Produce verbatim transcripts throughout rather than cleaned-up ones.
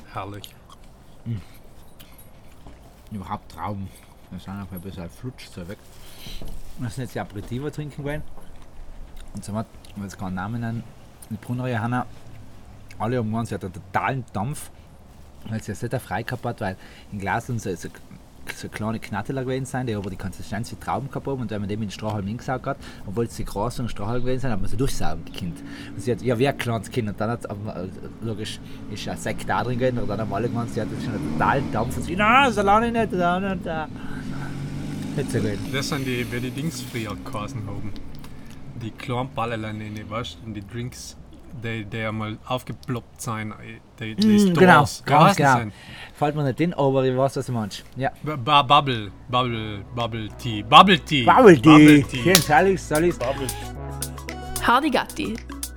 Herrlich. Mhm. Überhaupt Trauben. Wir sind auch ein bisschen flutsch so weg. Wir sind jetzt die Aperitivo trinken wollen. Und so hat, ich will jetzt keinen Namen nennen, die Brunner Johanna, alle umgegangen, sie hat einen totalen Dampf, weil sie es nicht frei gehabt hat, weil im Glas und so, so, so kleine Knatteler gewesen sind, die aber die Konsistenz wie Trauben gehabt haben, und wenn man dem in den Strohhalm hingesaugt hat, obwohl sie groß und Strohhalm gewesen sind, hat man sie durchsaugen gekannt. Und sie hat, ja, wie ein kleines Kind, und dann hat logisch, ist ein Sekt da drin gewesen, und dann haben alle gemeint, sie hat schon einen totalen Dampf, und sie, nein, so lange nicht, da und da. Nicht so gut. Das sind die, wie die Dings früher geheißen haben. Die kleinen Ballelein, weißt du, die Drinks, die, die einmal aufgeploppt sind, die, die mm, genau, ganz genau. Sind. Fällt mir nicht in, aber ich weiß, was du meinst. Ja. B- B- Bubble, Bubble, Bubble Tea, Bubble Tea. Bubble Tea. Bubble Tea. Schön, Salis, Salis. Bubble. Hardy Gatti.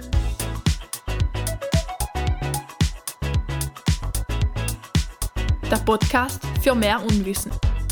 Der Podcast für mehr Unwissen.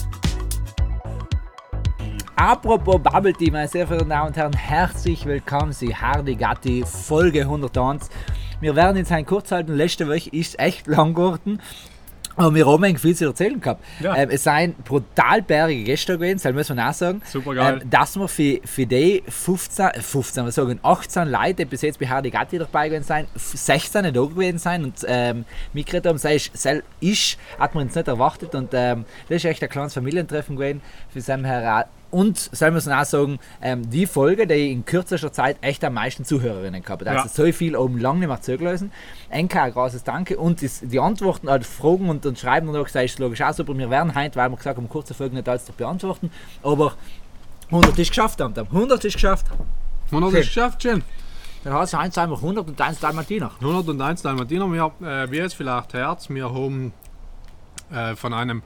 Apropos Bubble Tea, meine sehr verehrten Damen und Herren, herzlich willkommen zu Hardy Gatti, Folge hunderteins. Wir werden jetzt ein kurz halten, letzte Woche ist echt lang geworden, aber wir haben viel zu erzählen gehabt. Ja. Ähm, es sind brutal bärige Gäste gewesen, das muss man auch sagen. Super geil. Ähm, dass wir für, für die fünfzehn, fünfzehn, wir sagen achtzehn Leute, die bis jetzt bei Hardy Gatti dabei gewesen sind, sechzehn da gewesen sind und ähm, mitgekriegt haben, sei es ist, hat man uns nicht erwartet, und ähm, das ist echt ein kleines Familientreffen gewesen für seinen Herr. Und soll man auch sagen, ähm, die Folge, die in kürzester Zeit echt am meisten Zuhörerinnen gehabt hat. Also ja. So viel oben lang nicht mehr zurücklassen. Enka, ein großes Danke. Und das, die Antworten, also Fragen und, und Schreiben und auch gesagt, ist logisch auch super. Wir werden heute, weil wir gesagt haben, kurze Folgen nicht alles beantworten. Aber hundert ist geschafft, Anton. hundert ist geschafft. hundert okay. ist geschafft, schön. Dann hast du eins einmal hundert und eins Dalmatiner. hundert und eins Dalmatiner. Wir, äh, wie jetzt vielleicht Herz, wir haben äh, von einem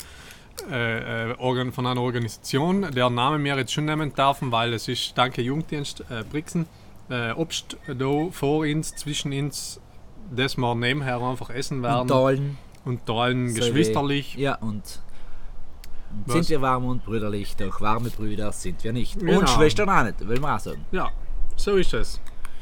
Äh, äh, von einer Organisation, deren Namen wir jetzt schon nennen dürfen, weil es ist, danke Jugenddienst äh, Brixen, äh, Obst da vor uns, zwischen uns, das wir nebenher einfach essen werden. Und Dahlen. Und Dahlen so geschwisterlich. Wie, ja, und, und sind wir warm und brüderlich, doch warme Brüder sind wir nicht. Genau. Und Schwestern auch nicht, will man auch sagen. Ja, so ist es.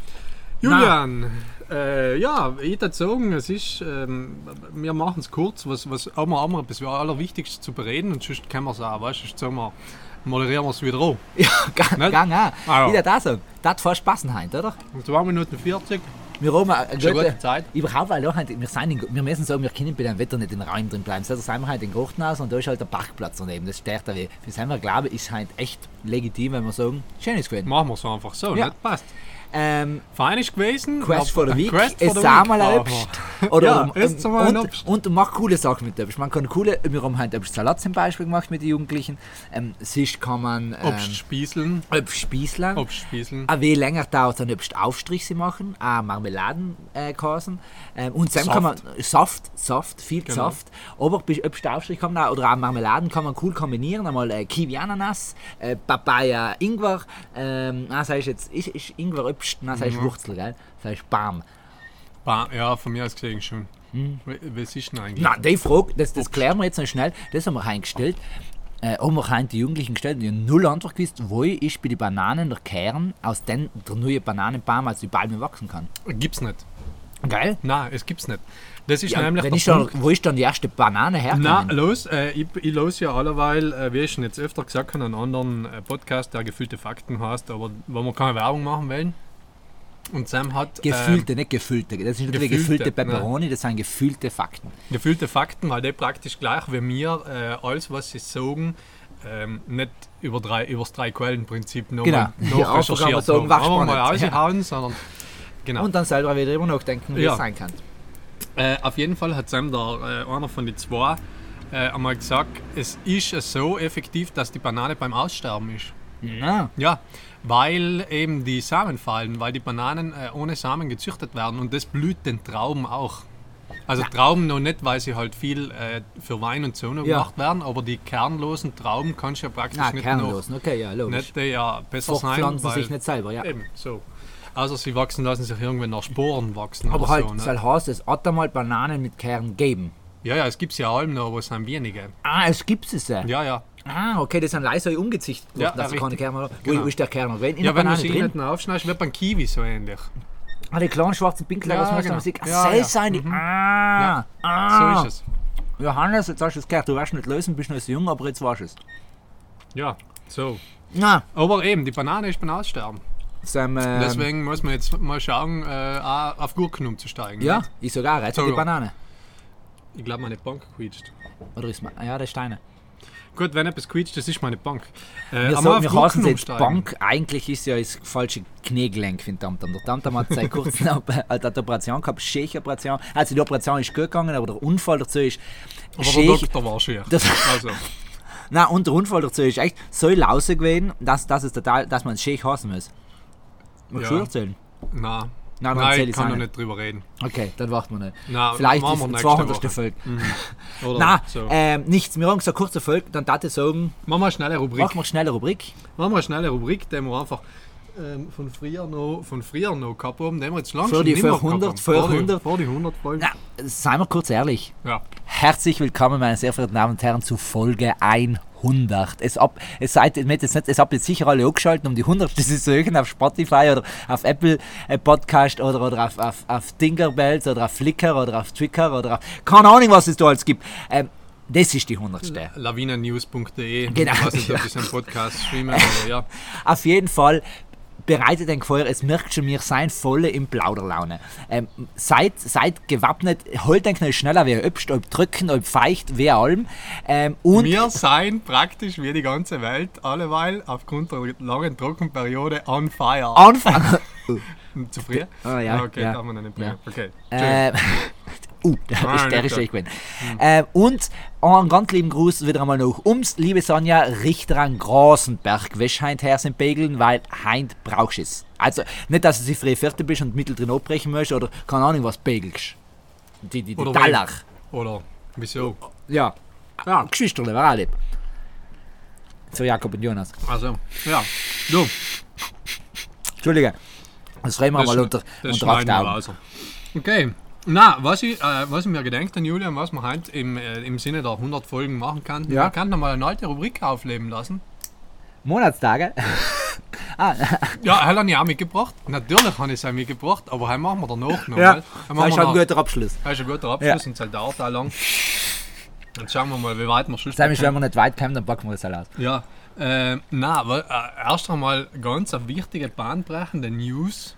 Julian, äh, ja, ich würde sagen, es ist, ähm, wir machen es kurz, was, was auch mal, auch mal das Allerwichtigste zu bereden, und sonst können wir es auch, weißt du, sonst sagen wir, moderieren wir es wieder an. Ja, gang, gang auch. Ah, ja. Ich würde auch sagen, das hat fast passen heute, oder? zwei Minuten vierzig. Wir haben eine gute, gute Zeit. Überhaupt, weil auch, wir, sind in, wir müssen sagen, wir können bei dem Wetter nicht in den Raum drin bleiben. So, da sind wir halt in Grochtenhaus und da ist halt der Parkplatz daneben. Das stört da weh. Für sein wir glauben, ist halt echt legitim, wenn wir sagen, schön ist gewesen. Machen wir es einfach so, ja. Nicht passt. Ähm, Fein ist gewesen. Quest for the Week, Quest es for the einmal Week. ein Obst. Oder ja, um, es um, mal ein und, Obst. und macht coole Sachen mit Obst. Man kann coole, wir haben heute Obstsalat zum Beispiel gemacht mit den Jugendlichen. Ähm, sonst kann man ähm, Obstspieseln. Obstspieseln. Obstspieseln. Ein wenig länger dauert dann Obstaufstrich sie machen, auch Marmeladenkasen. Äh, ähm, und dann kann man Saft, Saft, viel Genau. Saft. Aber bei Obstaufstrich kann man auch, oder auch Marmeladen kann man cool kombinieren. Einmal äh, Kiwi-Ananas, äh, Papaya, Ingwer. Ähm, das heißt jetzt, ist, ist Ingwer Obst, das heißt Mhm. Wurzel, gell? Das heißt Bam. Ba- Ja, von mir aus gesehen schon. Hm. Was ist denn eigentlich? Na, die Frage, das, das klären wir jetzt noch schnell, das haben wir eingestellt. Äh, haben wir heute die Jugendlichen gestellt und die haben null Antwort gewusst, wo ist bei den Bananen der Kern, aus dem der neue Bananenbaum als die Palme wachsen kann. Gibt's nicht. Geil? Nein, es gibt's nicht. Das ist Ja, nämlich wenn der ich schon, Punkt. wo ist dann die erste Banane hergekommen? Na, los, äh, ich, ich los ja alleweil, äh, wie ich schon jetzt öfter gesagt habe, einen anderen äh, Podcast, der Gefüllte Fakten heißt, aber wo wir keine Werbung machen wollen. Und Sam hat. Gefüllte, nicht gefüllte. Das sind nicht gefüllte, gefüllte Pepperoni, das sind gefüllte Fakten. Äh, gefüllte Fakten, weil die praktisch gleich wie mir äh, alles, was sie sagen, ähm, nicht über drei, übers Drei-Quellen-Prinzip noch Genau. mal Ja, einfach kann man sagen, haben. wach mal spannend. raushauen, sondern. Genau. Und dann selber wieder immer nachdenken, wie Ja. es sein kann. Äh, auf jeden Fall hat Sam, der, äh, einer von den zwei, äh, einmal gesagt, es ist so effektiv, dass die Banane beim Aussterben ist. Ja. Ja, weil eben die Samen fallen, weil die Bananen äh, ohne Samen gezüchtet werden und das blüht den Trauben auch. Also Trauben noch nicht, weil sie halt viel äh, für Wein und so noch Ja. gemacht werden, aber die kernlosen Trauben kannst du ja praktisch Ah, nicht kernlos, okay, ja, noch, logisch. nicht äh, ja, besser sein, Fortpflanzen weil sich nicht selber, ja. eben so. Also sie wachsen lassen sich irgendwie nach Sporen wachsen Aber oder halt, so. Ne? soll heißt, es hat einmal Bananen mit Kern geben. Ja, ja, es gibt ja allem noch, aber es sind wenige. Ah, es gibt es ja. Ja, ja. Ah, okay, das sind leise umgezüchtet worden, Ja, dass ja, keine richtig. Kerne haben. Genau. Wo ist der Kern noch? In Ja, der wenn du Banane sie drin? nicht aufschneidest, wird beim Kiwi so ähnlich. Ah, die kleinen schwarzen Pinkel, Ja, was machst du genau. Musik? Ah, Ja, Sell ja. sein die. Mhm. Ah, ah. So ist es. Johannes, jetzt hast du es gehört, du wirst nicht lösen, bist noch so jung, aber jetzt weißt du es. Ja, so. Na, Aber eben, die Banane ist beim Aussterben. Sam, ähm, Deswegen muss man jetzt mal schauen, äh, auch auf Gurken umzusteigen. ja, nicht? ich sogar, jetzt So, die ja. Banane. Ich glaube, meine Bank quietscht. Oder ist man, ja, der Steine. Gut, wenn etwas quietscht, das ist meine Bank. Äh, Wir, aber so, auf wir Gurken heißen jetzt umsteigen. Bank, eigentlich ist ja das falsche Kniegelenk für den Tamtam. Der Tamtam hat seit kurzem eine Operation gehabt, Schäch-Operation. Also die Operation ist gut gegangen, aber der Unfall dazu ist Aber der Schäch. Doktor war schier. Das- Also, Nein, und der Unfall dazu ist echt so lausig gewesen, dass, dass, es total, dass man es Schäch hassen muss. Magst Ja. du erzählen? na, Nein, dann nein, erzähl ich ich's kann auch noch nicht. nicht drüber reden. Okay, dann warten wir nicht. Na, Vielleicht machen ist wir die nächste zweihundertste Woche. Folge. Oder Nein, so. ähm, nichts. Wir haben gesagt, kurze Folge, dann darf ich sagen, Machen wir eine schnelle Rubrik. machen wir schnell eine Rubrik. Machen wir eine schnelle Rubrik, die wir einfach ähm, von, früher noch, von früher noch gehabt haben, die wir jetzt langsam Für die nicht mehr vierhundert, gehabt haben. Vor die- vierhundert. Vor die hundert Folgen. Na, seien wir kurz ehrlich. Ja. Herzlich willkommen, meine sehr verehrten Damen und Herren, zu Folge hundert. Es, ab, es, seid, es, nicht, es habt jetzt sicher alle angeschaltet, um die hundertste zu suchen auf Spotify oder auf Apple äh, Podcast oder, oder auf, auf, auf Tinkerbells oder auf Flickr oder auf Twitter oder auf... Keine Ahnung, was es da alles gibt. Ähm, das ist die hundertste. lawinennews punkt de. Genau, Ich weiß nicht, ob ja. ich einen Podcast streame, aber ja. Auf jeden Fall bereitet ein Feuer. Es merkt schon, wir seien voll in Plauderlaune. Ähm, seid, seid gewappnet, holt den Knall schneller, wie öbst, ob drücken, ob feucht, wie allem. Ähm, und Wir seien praktisch wie die ganze Welt alleweil aufgrund der langen Trockenperiode on fire. anfangen. Zu früh? Ah, ja, okay, ja. darf man nicht Ja. bringen. Okay. Ähm, uh, der Ah, ist, der nicht ist schlecht gut. gewesen. Ähm, und einen ganz lieben Gruß wieder einmal noch ums, liebe Sonja, Richter an Grasenberg, was heint her sind Pegeln, weil heint brauchst du es. Also nicht, dass du sie früh fertig bist und mitteldrin abbrechen musst oder keine Ahnung was pegelst. Die, die, die Oder Taler. Oder wieso? Ja. Ja, Geschwisterle, war auch lieb. So Jakob und Jonas. Also, ja. Du, Entschuldige. Das reden wir das, mal unter, das unter schneiden acht wir Augen. also. Okay. Na, was ich, äh, was ich mir gedenkt an Julian, was man heute im, äh, im Sinne der hundert Folgen machen kann, Ja. man kann noch mal eine alte Rubrik aufleben lassen. Monatstage? ah, Ja, heute habe ich auch mitgebracht. Natürlich habe ich es auch mitgebracht, aber heute machen wir danach noch. ja, gell? Heute das machen ist wir ein noch- guter Abschluss. Das ist ein guter Abschluss Ja. und es dauert auch lang. Jetzt schauen wir mal, wie weit wir schon Sag mir, wenn wir nicht weit kommen, dann packen wir das halt aus. Ja, äh, nein, aber äh, erst einmal ganz eine wichtige, bahnbrechende News.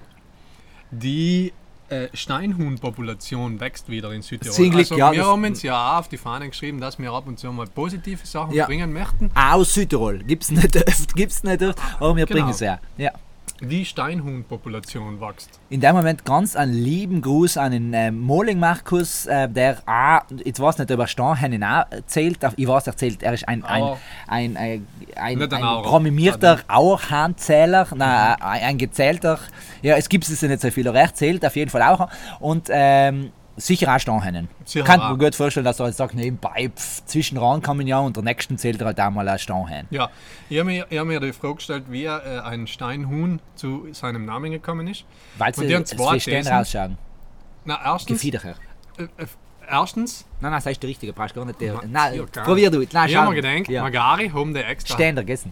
Die äh, Steinhuhnpopulation wächst wieder in Südtirol. Ziemlich, also ja, wir das- haben uns ja auch auf die Fahnen geschrieben, dass wir ab und zu mal positive Sachen Ja. bringen möchten. Aus Südtirol. Gibt's nicht oft, gibt's nicht oft, aber wir Genau. bringen es ja. ja. Die Steinhuhnpopulation wächst. In dem Moment ganz einen lieben Gruß an den äh, Moling Markus, äh, der auch, ich weiß nicht, ob er Steinhennen auch zählt, ich weiß, er zählt, er ist ein, ein, Auer. ein, ein, ein, Nicht ein ein Auer. promovierter Auerhahnzähler, nein, ein, ein gezählter, ja, es gibt es nicht so viel, aber er zählt auf jeden Fall auch und ähm, sicher auch Steinhennen. Sicher Kann auch. mir gut vorstellen, dass er halt sagt, nebenbei, pff, zwischen ran kann man ja und der nächsten zählt er halt auch mal ein Steinhen. Ja, ich habe mir, ich hab mir die Frage gestellt, wie äh, ein Steinhuhn zu seinem Namen gekommen ist. Weil Und die haben sie zwei es Sterne Thesen. rausschauen. Na, erstens, Gefieder her. äh, äh, erstens Nein, nein, das ist der richtige, brauchst gar nicht der. Ja, Nein, klar. probier du. Nein, ich habe schau. mir gedacht, ja. Magari haben die extra. Ständer gegessen.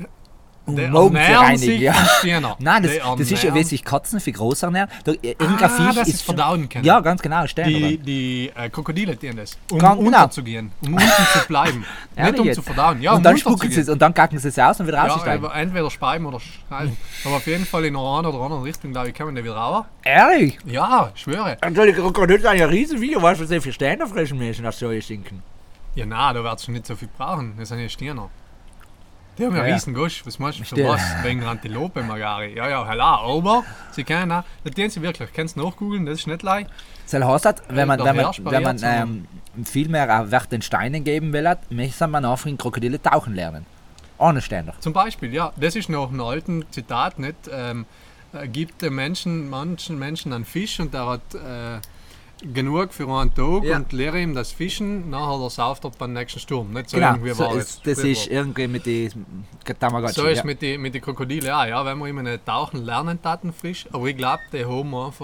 Die Um Augen zu ernähren reinigen, sich ja. von Sterne. Nein, das, Die das ist ja, ernähren- wie sich Katzen für groß ernähren. Da, irgendein Ah, Viech dass sie ist es verdauen können. Ja, ganz genau, Ständer. Die, die äh, Krokodile tun das, um Ganz genau. unterzugehen, um unten zu bleiben. Ehrlich Nicht um jetzt? zu verdauen. Ja, und um dann spucken sie unterzugehen. es und dann kacken sie es aus und wieder Ja, raussteigen. aber entweder speiben oder schneiden. Aber auf jeden Fall in einer oder anderen Richtung, glaube ich, kommen die wieder raus. Ehrlich? Ja, ich schwöre. Entschuldigung, Krokodile sind ja riesen Video, weißt du, was sie für Ständer fressen müssen, dass sie stinken. Ja, nein, da wird es nicht so viel brauchen. Das sind ja Stirner. Die haben ja, Ja, ja. riesen Gosch. Was meinst du für Stirn. was? Wegen Antilope, Magari. Ja, ja, hella, aber sie können auch, das tun sie wirklich. Kannst du nachgoogeln, das ist nicht leicht. Das heißt, halt, wenn man, der wenn man, Herrscher wenn man jetzt, ähm, viel mehr auch Wert den Steinen geben will, möchte man auch in Krokodile tauchen lernen. Ohne Ständer. Zum Beispiel, ja, das ist noch ein alten Zitat, nicht? Ähm, äh, gibt den Menschen, manchen Menschen einen Fisch und der hat äh, genug für einen Tag Ja. und lehre ihm das Fischen, nachher der sauft er beim nächsten Sturm. Nicht so Genau, irgendwie so war ist, jetzt das ist Sprichwort. irgendwie mit den Tamagotchi. So ist ja. mit den mit die Krokodilen auch, ja, wenn wir immer nicht tauchen lernen taten frisch, aber ich glaube, die haben einfach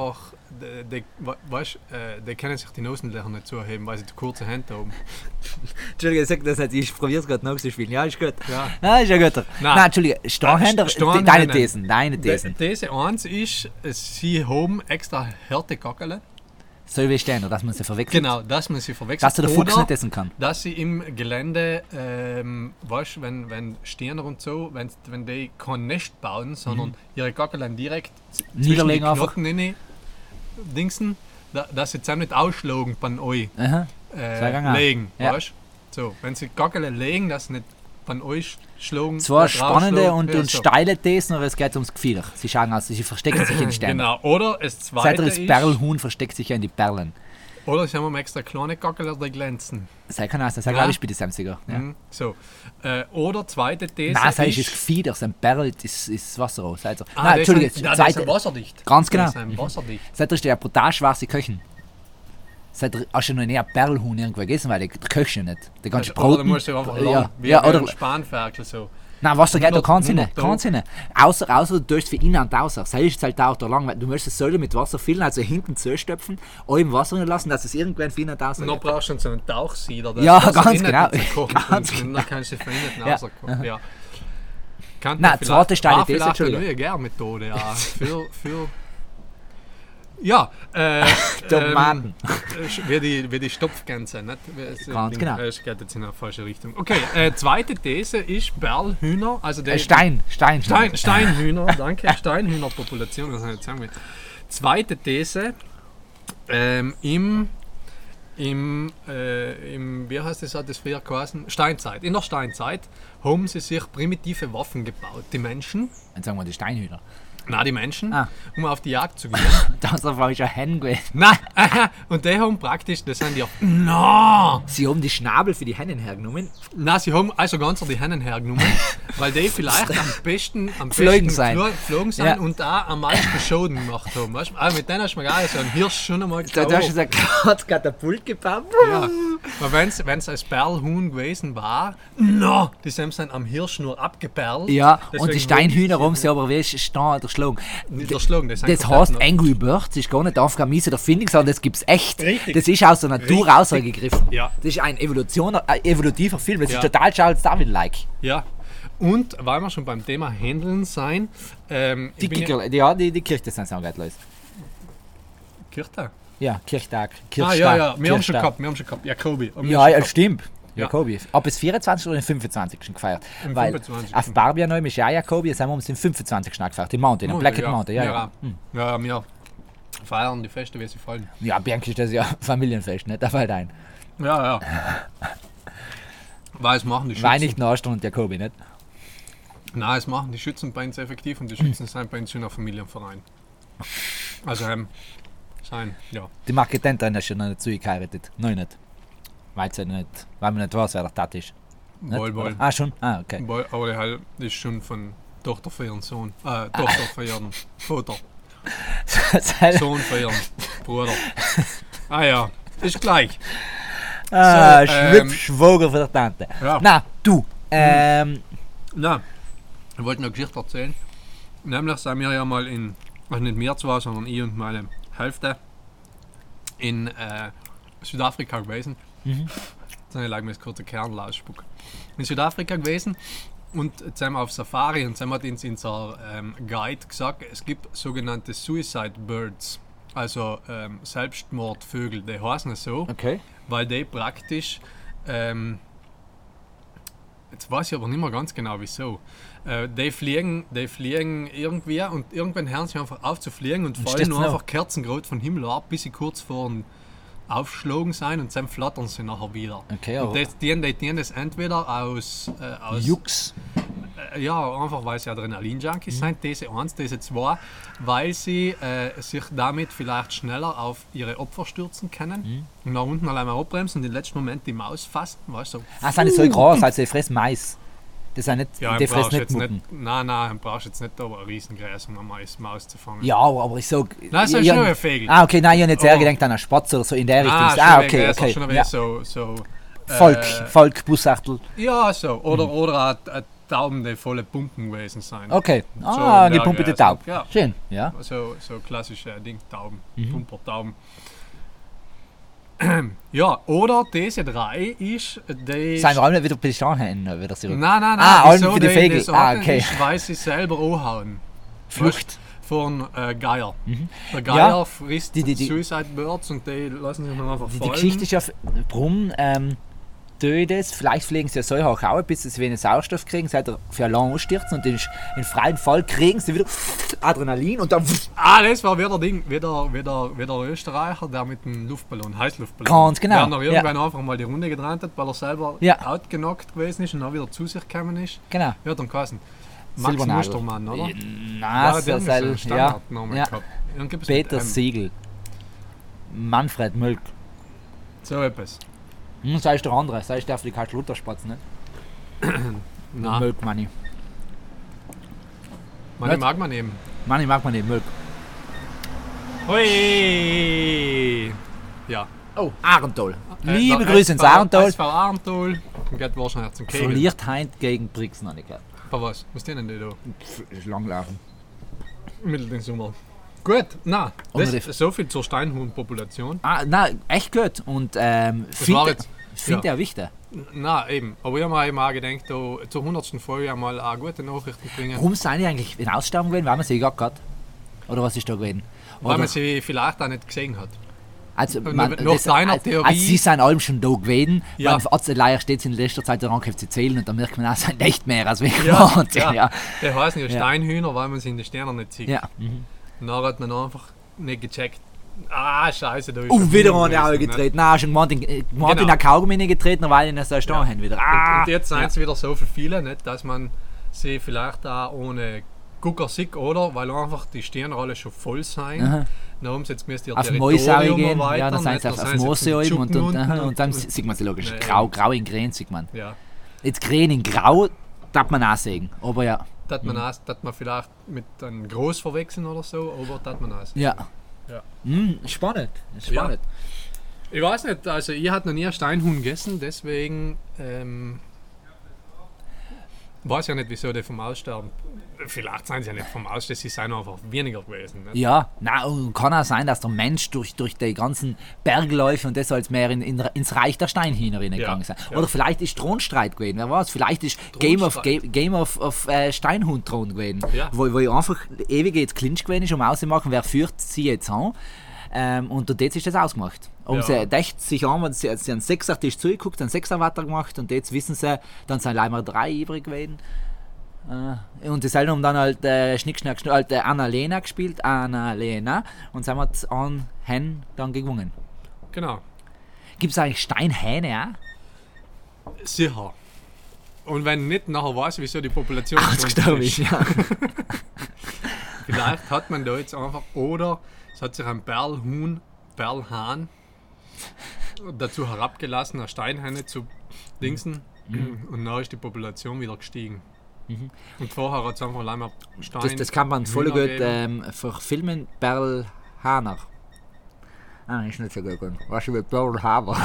die, die, weißt, äh, die können sich die Nosenlöcher nicht zuheben, weil sie die kurze Hände haben. Entschuldigung, sag das nicht, ich probiere es gerade nachzuspielen. Ja, ist gut. Ja. Ja, ist ja gut. Nein, Nein. Nein Entschuldigung, Steinhänder, Steinhänder. deine Thesen, deine Thesen. Die These eins ist, sie haben extra harte Gackerle. So wie Steiner, dass man sie verwechselt. Genau, dass man sie verwechselt. Dass du der Fuchs Oder nicht essen kann. dass sie im Gelände, ähm, weißt du, wenn, wenn Steiner und so, wenn, wenn die kein Nest bauen, sondern ihre Gackerlein direkt z- zwischen die Niederlegen einfach. Knochen rein dingsen, da, dass sie zusammen nicht ausschlagen bei euch Aha. Sehr äh, gegangen. legen, Ja. weißt du? So, wenn sie Gackerle legen, dass sie nicht bei euch schlagen. Zwar nicht spannende rausschlagen. und, Ja, und so. steile Thesen, aber es geht ums Gefieder. Sie schauen aus, sie verstecken sich in Sternen. Genau, oder das Seit zweite das ist, Perlhuhn versteckt sich ja in die Perlen. oder sie haben extra kleine Gackerle, die glänzen. Sei kann auch sein, sei Ja. glaube ich bei den Samsiger. Ja. Mhm. So. Äh, oder zweite These Nein, sei ist ist... das Gefieder, sein Perl ist, ist Wasser raus. Seid ihr. Ah, Nein, die Entschuldige, sind, ja, die zweite. sind wasserdicht. Ganz genau. Die sind wasserdicht. Seid ihr, der brutal schwarze Köchen. Seid ihr, hast du noch nie ein Perlhuhn irgendwo gegessen, weil der köchst ja nicht. Der ganze Also, oder Brot. du musst ja einfach lang, Ja, wie, ja, wie oder. ein Spanferkel so. Nein, Wasser geht da hundert keinen Sinn. hundert Keinen Sinn. Außer, außer du tust für innen und außer. Sei ist halt auch da lang, weil du musst es selber mit Wasser füllen, also hinten zustöpfen, auch im Wasser lassen, dass es irgendwann für innen und außer Und dann geht. brauchst du dann so einen Tauchsieder. dass Ja, das ganz innen genau. nicht kochen Ganz kannst. Und genau. dann kannst du von innen Ja. rauskommen. Ja. Kann Nein, man zweite vielleicht- steile war These, vielleicht eine Entschuldigung. neue Gärmethode, ja. für, für ja, äh, Tomaten. Ähm, wie die, wie die Stopfgänse, nicht? Wie es- Ganz genau. äh, Es geht jetzt in eine falsche Richtung. Okay, äh, zweite These ist Perlhühner, also der Äh, Stein, Stein, Stein, Steinhühner, danke, Steinhühnerpopulation, was soll ich jetzt sagen will. Zweite These, ähm, im, im, äh, im, wie heißt das, hat das früher geheißen? Steinzeit. In der Steinzeit haben sie sich primitive Waffen gebaut. Die Menschen, Dann sagen wir die Steinhühner. na die Menschen, Ah. um auf die Jagd zu gehen. Da ist auf euch ein Hen gewesen. Nein, und die haben praktisch, das sind die auf, no! Sie haben die Schnabel für die Hennen hergenommen. Nein, sie haben also ganz die Hennen hergenommen, weil die vielleicht am besten am Geflogen besten sein. geflo- geflogen sind Ja. und auch am meisten Schaden gemacht haben. Weißt du? Also mit denen hast du mir gar so einen Hirsch schon einmal Da gehauen. hast du gesagt, Gott, Katapult gebaut. Ja. Aber wenn es als Perlhuhn gewesen war, no, die sind dann am Hirsch nur abgeperlt. Ja, und Deswegen die Steinhühner wurden haben sie aber wie stehen oder schlagen. nicht erschlagen. Das, sind Das komplett heißt noch- Angry Birds, ist gar nicht Aufgabe der Findung, sondern das gibt es echt. Richtig. Das ist aus der Natur Richtig. rausgegriffen. Ja. Das ist ein Evolution, äh, evolutiver Film, das Ja. ist total Charles Darwin-like. Ja. Und weil wir schon beim Thema Händeln sein, ähm, Die ich bin ja, Kickerle, ja, die, die Kirche sind auch gut los. Kirche? Ja, Kirchtag, Ah, Kirchtag. ja, ja, wir haben schon Kirchtag. gehabt, wir haben schon gehabt. Jakobi. haben wir Ja, schon ja, gehabt. stimmt. Ja. Jakobi. Ab es vierundzwanzigsten oder den fünfundzwanzigsten gefeiert. Am Weil fünfundzwanzigsten auf Barbie neu ist ja Jakobi, jetzt haben wir uns den fünfundzwanzigsten gefeiert. Den Mountain, den Oh, Black ja, Mountain. Ja, ja, ja. Hm. ja, wir feiern die Feste, wie sie fallen. Ja, Bianchi ist das ja Familienfest, nicht? Da fällt ein. Ja, ja. Weil es machen die Schützen. Weihnachten, Ostern und Jakobi, nicht? Nein, es machen die Schützen bei uns effektiv und die Schützen sind bei uns in einem Familienverein. Also, ähm, sein, ja. Die Marketentin ist schon noch nicht zu geheiratet. Nein, nicht. Weil sie nicht, weil man nicht weiß, wer der Tat ist. Nicht? Wohl, wohl. Ah, schon? Ah, okay. Wohl, aber der halt ist schon von Tochter für ihren Sohn. Äh, Tochter für ihren Vater. Sohn für ihren Bruder. Ah ja, ist gleich. ah, So, ähm, Schwibschwoger für der Tante. Ja. Na, du. Ähm, Na, ich wollte eine Geschichte erzählen. Nämlich sind wir ja mal in, also nicht wir zwar, sondern ich und meine Hälfte in äh, Südafrika gewesen. Mhm. Jetzt habe ich mir jetzt kurz einen Kernel ausspucken. In Südafrika gewesen und jetzt sind wir auf Safari und jetzt hat uns unser ähm, Guide gesagt, es gibt sogenannte Suicide Birds, also ähm, Selbstmordvögel, die heißen es so, okay. weil die praktisch, ähm, jetzt weiß ich aber nicht mehr ganz genau wieso, äh, die, fliegen, die fliegen irgendwie und irgendwann hören sie einfach auf zu fliegen und Und fallen stürzen nur auf. einfach kerzengrot von Himmel ab, bis sie kurz vor dem Aufschlagen sein und dann flattern sie nachher wieder. Okay, und aber- das, die, die tun das entweder aus, äh, aus Jux. äh, ja, einfach weil sie Adrenalin-Junkies sind, diese eins, diese zwei, weil sie äh, sich damit vielleicht schneller auf ihre Opfer stürzen können und nach unten allein mal abbremsen und im letzten Moment die Maus fassen, weißt du? So. Ah, sind nicht so groß, also die fressen Mais. Das sind nicht, Ja, die du brauchst fressen nicht jetzt Mucken. nicht, nein, nein, du brauchst jetzt nicht aber ein Riesengräs, um eine Maus, Maus zu fangen. Ja, aber aber ich sag. Nein, so ist ja, schon ein Vogel. Ah, okay, nein, ich habe nicht sehr Oh. gedacht an einen Spatz oder so in der Richtung. Ah, Ah, schon okay, ein okay. Schon ein Ja. so, so, Volk, äh, Volk, Bussachtel. Ja, so. Oder, Mhm. oder ein, ein Tauben, die volle Pumpen gewesen sein. Okay. So Ah, in der gepumpelte Geist. Taub. Ja. Schön, ja. So, so klassische Ding, Tauben, Mhm. Pumpertauben. Ja, oder diese drei ist, die... Sein Räume wieder Pistan haben, wieder zurück. Nein, nein, nein. Ah, Alm wieso für die die Vögel. das Ah, Ordnen okay. ist, weil sie selber anhauen. Flucht. Von äh, Geier. Der Ja. Geier frisst Die- die- die- Suicide Birds und die lassen sich dann einfach Die, die fallen. Geschichte ist ja, Brumm ähm, tut es, vielleicht fliegen sie ja so hoch auch, bis sie wenig Sauerstoff kriegen, sie halt für lang ausstürzen und in, in freiem Fall kriegen sie wieder Adrenalin und dann Ah, das war wieder Ding, wieder, wieder, wieder der Österreicher, der mit dem Luftballon, Heißluftballon. Ganz genau, Der noch irgendwann einfach mal die Runde gedreht hat, weil er selber Ja. outgenockt gewesen ist und dann wieder zu sich gekommen ist. genau. Ja, dann geheißen. Max Silbernagel. Mustermann, oder? Na, der so hat soll, einen ja, Standardnamen ja. gehabt. Dann gibt's Peter mit M. Siegel, Manfred Mölk. So etwas. Hm, sei ist der andere, sei ist der für die Karl-Luther-Spatz, nicht? Nein, Mölk, Manni. man Was? mag man eben. Manni mag man nicht, Mölk. Hui! Ja. Oh, Arentol. Äh, Liebe der Grüße ins S V Arentol. S V Arentol. Geht wahrscheinlich zum Kegel. Verliert Heint gegen Brixen, habe ich gehört. Aber was? Was denn die da? Pff, ist langlaufen. Mittel den Sommer. Gut, na, Oder das, die- so viel zur Steinhuhn-Population. Ah, nein, echt gut. Und ähm, war finde jetzt- find ja. er wichtig. Na, eben. Aber ich habe mir eben auch gedacht, da, zur hundertsten Folge einmal auch gute Nachrichten bringen. Warum sind die eigentlich in Aussterben gewesen? Weil man sie gar gehabt? Oder was ist da gewesen? Weil Oder, man sie vielleicht auch nicht gesehen hat. also, nach man, deiner also, Theorie- Also, sie sind allem schon da gewesen. Ja. Ja. Wenn leider steht in letzter Zeit daran, zu zählen und dann merkt man auch, es sind echt mehr als wir Ja, gewohnt sind. ja. Ja. Die heißen ja Ja. Steinhühner, weil man sie in den Sternen nicht sieht. Ja. Mhm. Und dann hat man einfach nicht gecheckt. Ah, scheiße, da ist Oh, ein wieder Huhn an die Augen gewesen, ne? getreten. Nein, schon gemeint, in, äh, gemeint Genau. in der Kaugummi getreten, weil ich so stehen haben wieder. Und, Ah, und jetzt sind ja. es wieder so für viele, nicht, dass man sie vielleicht auch ohne Gucker sieht, oder? Weil einfach die Stirne alle schon voll sind. Aha. Dann haben sie jetzt müsst ihr Auf Territorium Moisau gehen, erweitern, ja, dann sind nicht? sie auf, Da auf sind sie Moose jetzt oben im und, und, Schuppen aha, unten und dann sieht man sie logisch. Ja, Grau, ja. grau in Grün sieht man. Ja, Jetzt Grün in Grau darf man auch sehen. Aber ja, dass Mhm. man, auch, dass man vielleicht mit einem Groß verwechseln oder so, aber dass man auch. ja. Ja. Hm, spannend, spannend. Ich weiß nicht, also ich hatte noch nie einen Steinhuhn gegessen, deswegen ähm, weiß ja nicht, wieso die vom Aussterben. Vielleicht sind sie ja nicht vom Aussterben, sie sind einfach weniger gewesen. Nicht? Ja, na, und kann auch sein, dass der Mensch durch, durch die ganzen Bergläufe und das als mehr in, in, ins Reich der Steinhühner gegangen ist. ja. Oder vielleicht ist Thronstreit gewesen, wer weiß, vielleicht ist Game of, Game, Thronstreit. Game of, of äh, Steinhund-Thron gewesen, Ja. wo, wo einfach ewig jetzt Clinch gewesen ist, um auszumachen, wer führt sie jetzt an. Ähm, und dort ist das ausgemacht. Um Ja. sie dächt sich an, wenn sie, sie einen Sechser-Tisch zugeguckt, einen Sechser weiter gemacht und jetzt wissen sie, dann sind leider drei übrig gewesen. Äh, und dasselbe haben dann halt äh, Schnick, Schnack, Schnuck, halt, äh, Annalena gespielt, Annalena, und sind wir an Hen dann gewonnen. Genau, Gibt es eigentlich Steinhähne auch? sicher. Und wenn nicht, nachher weiß ich, wieso die Population Ach, so gestorben ist, ja. Vielleicht hat man da jetzt einfach, oder es hat sich ein Perlhuhn, Perlhahn dazu herabgelassen, eine Steinhenne zu dingsen und dann ist die Population wieder gestiegen. Und vorher hat es einfach allein mal Stein. Das, das kann man voll Hühner gut gegeben. ähm, verfilmen, Perl Haner. Ah, ist nicht so gut. Was über Perl Haber?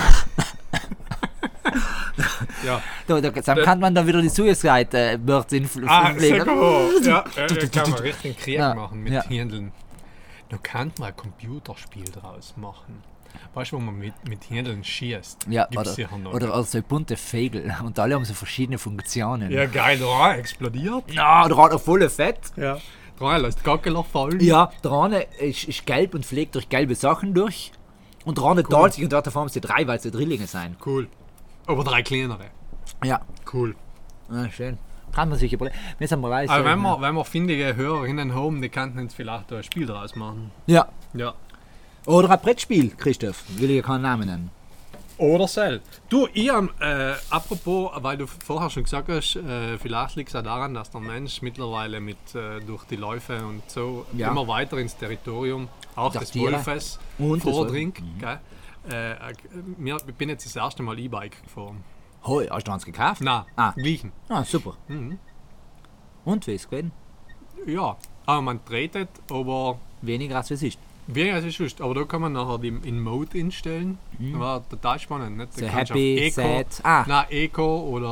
Ja. Da, da, dann kann man dann wieder die Suicide äh, Birds in Fl Ah, Fliegen. sehr ja, ja, da kann man richtig Krieg Ja, machen mit ja. Hirndeln. Da kann man ein Computerspiel draus machen. Weißt du, wo man mit, mit Hirndeln schießt? Ja, Gibt's oder, sicher noch. oder, oder so bunte Vögel. Und alle haben so verschiedene Funktionen. Ja, geil, da explodiert. Ja, da hat er volle Fett. Ja. Dran lässt Gackeler fallen. Ja, der eine ist, ist gelb und fliegt durch gelbe Sachen durch. Und der andere teilt sich und dort haben sie drei, weil sie Drillinge sind. Cool. Aber drei kleinere. Ja, Cool. ah, schön. Kann man sich überlegen. Müssen wir weiß, Aber wenn wir, wenn wir findige Hörerinnen haben, die könnten jetzt vielleicht ein Spiel draus machen. Ja. Ja. Oder ein Brettspiel, Christoph. Will ich ja keinen Namen nennen. Oder Cell. Du, ich hab, äh, apropos, weil du vorher schon gesagt hast, äh, vielleicht liegt es auch daran, dass der Mensch mittlerweile mit äh, durch die Läufe und so Ja. immer weiter ins Territorium, auch Der des Tiere. Wolfes, Und des vordringt. Gell? Äh, äh, mir, ich bin jetzt das erste Mal E-Bike gefahren. Hoi, hast du eins gekauft? Nein, Ah. gleichen. Ah, super. Mhm. Und wie ist es gewesen? Ja, aber man tretet, aber Weniger als es ist. weniger als ist. Aber da kann man nachher den in Mode einstellen. War total spannend. Nicht? Da So kannst du happy, auf Eco, sad. Ah. Nein, Eco oder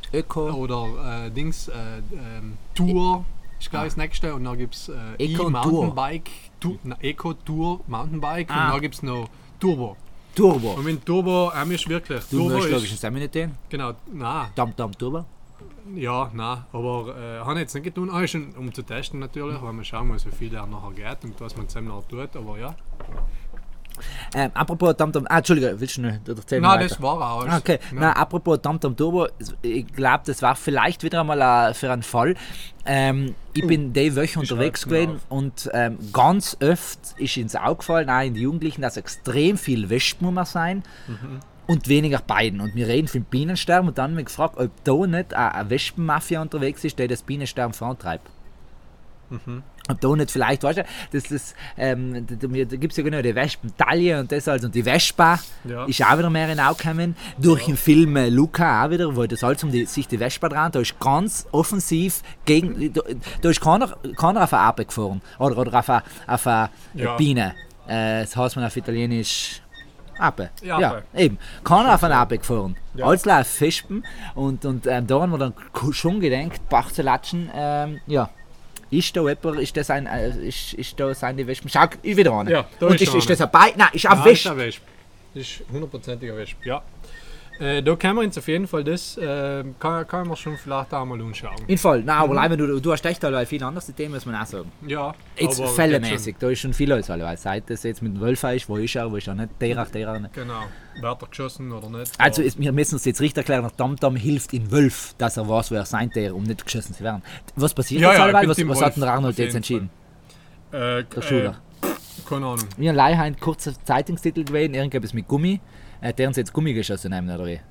Öko. Oder äh, Dings, äh, ähm, Tour ist gleich das nächste. Und dann gibt es äh, Eco und E-Mountainbike, Tu- na, Eco Tour Mountainbike. Ah. Und dann gibt es noch Turbo. Turbo. Und wenn Turbo ähm, ist wirklich. Du Turbo möchtest ist, logisch das nicht tun. genau, nein. Dam Dam Turbo. Ja, nein, aber äh, habe ich jetzt nicht getan. Ah, schon, um zu testen natürlich, weil man schauen muss, wie viel der nachher geht und was man zusammen noch tut, aber ja. Ähm, apropos Dam Dam. Ah, Entschuldige, willst du noch erzählen? Nein, weiter? das war auch alles. Ah, okay. Nein. Na, apropos Dam Dam Turbo, ich glaube, das war vielleicht wieder einmal äh, für einen Fall. Ähm, ich Uh, bin die Woche unterwegs schreib's mir gewesen und ähm, ganz oft ist ins Auge gefallen, auch in den Jugendlichen, dass extrem viel Wespen muss sein Mhm. und weniger Bienen. Und wir reden vom Bienensterben und dann haben wir gefragt, ob da nicht eine eine Wespenmafia unterwegs ist, die das Bienensterben vorantreibt. Mhm. Ob da nicht vielleicht, weißt du, das, das, ähm, da, da, da gibt es ja genau die Wespentaille und das alles. Und die Vespa Ja. ist auch wieder mehr in Auge gekommen. Durch den Film äh, Luca auch wieder, wo das alles um die, sich die Vespa dran, da ist ganz offensiv gegen, da, da ist keiner, keiner auf eine Ape gefahren. Oder, oder auf eine, auf eine Ja. Biene. Äh, das heißt man auf Italienisch Ape. Ja, Ja, Ape. eben. Keiner auf eine Ape gefahren. Ja. Alles klar auf Wespen. Und, und ähm, da haben wir dann schon gedacht, Bach zu latschen, ähm, ja. Ist da jemand, ist das ein, äh, ist, ist da seine Wespen? Schau, ist wieder eine. Ja, da Und ist ist, schon ist das ein Bein? Nein, ist ein Nein, Wesp. ist ein Wesp. Das ist hundertprozentiger Wesp, ja. Äh, da können wir uns auf jeden Fall das, äh, kann, kann man schon vielleicht auch mal anschauen. In Fall. Nein, aber leider, du, du hast recht, weil viel anderes Themen muss man auch sagen. Ja, Jetzt aber fällemäßig, da ist schon viel alles, weil seit das jetzt mit dem Wölfer ist, wo ist er, wo ist er nicht, der, der nicht. Genau, wird er geschossen oder nicht. Also aber- ist, wir müssen uns jetzt richtig erklären, der Tamtam hilft in Wölf, dass er weiß, wer sein der, um nicht geschossen zu werden. Was passiert Ja, jetzt ja, allweil? ich Was, bin was Wolf, hat denn der Arnold auf jeden jetzt entschieden? äh, Der Schuler. Äh, keine Ahnung. Wir haben leider einen kurzen Zeitungstitel gewesen, irgendetwas mit Gummi. Äh, der uns jetzt Gummi geschossen haben, oder wie?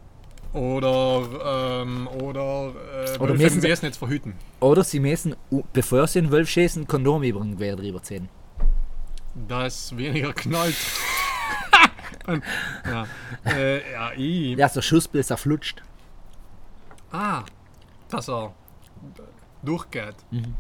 Oder, ähm, oder, äh, Oder Wölfe müssen sie- müssen jetzt verhüten. Oder sie müssen, u- bevor sie einen Wolf schießen, Kondom über den Gewehr drüber ziehen. Das weniger knallt. Und, ja, äh, ja, ich. Dass der Schussbild zerflutscht. Ah, dass er durchgeht. Mhm.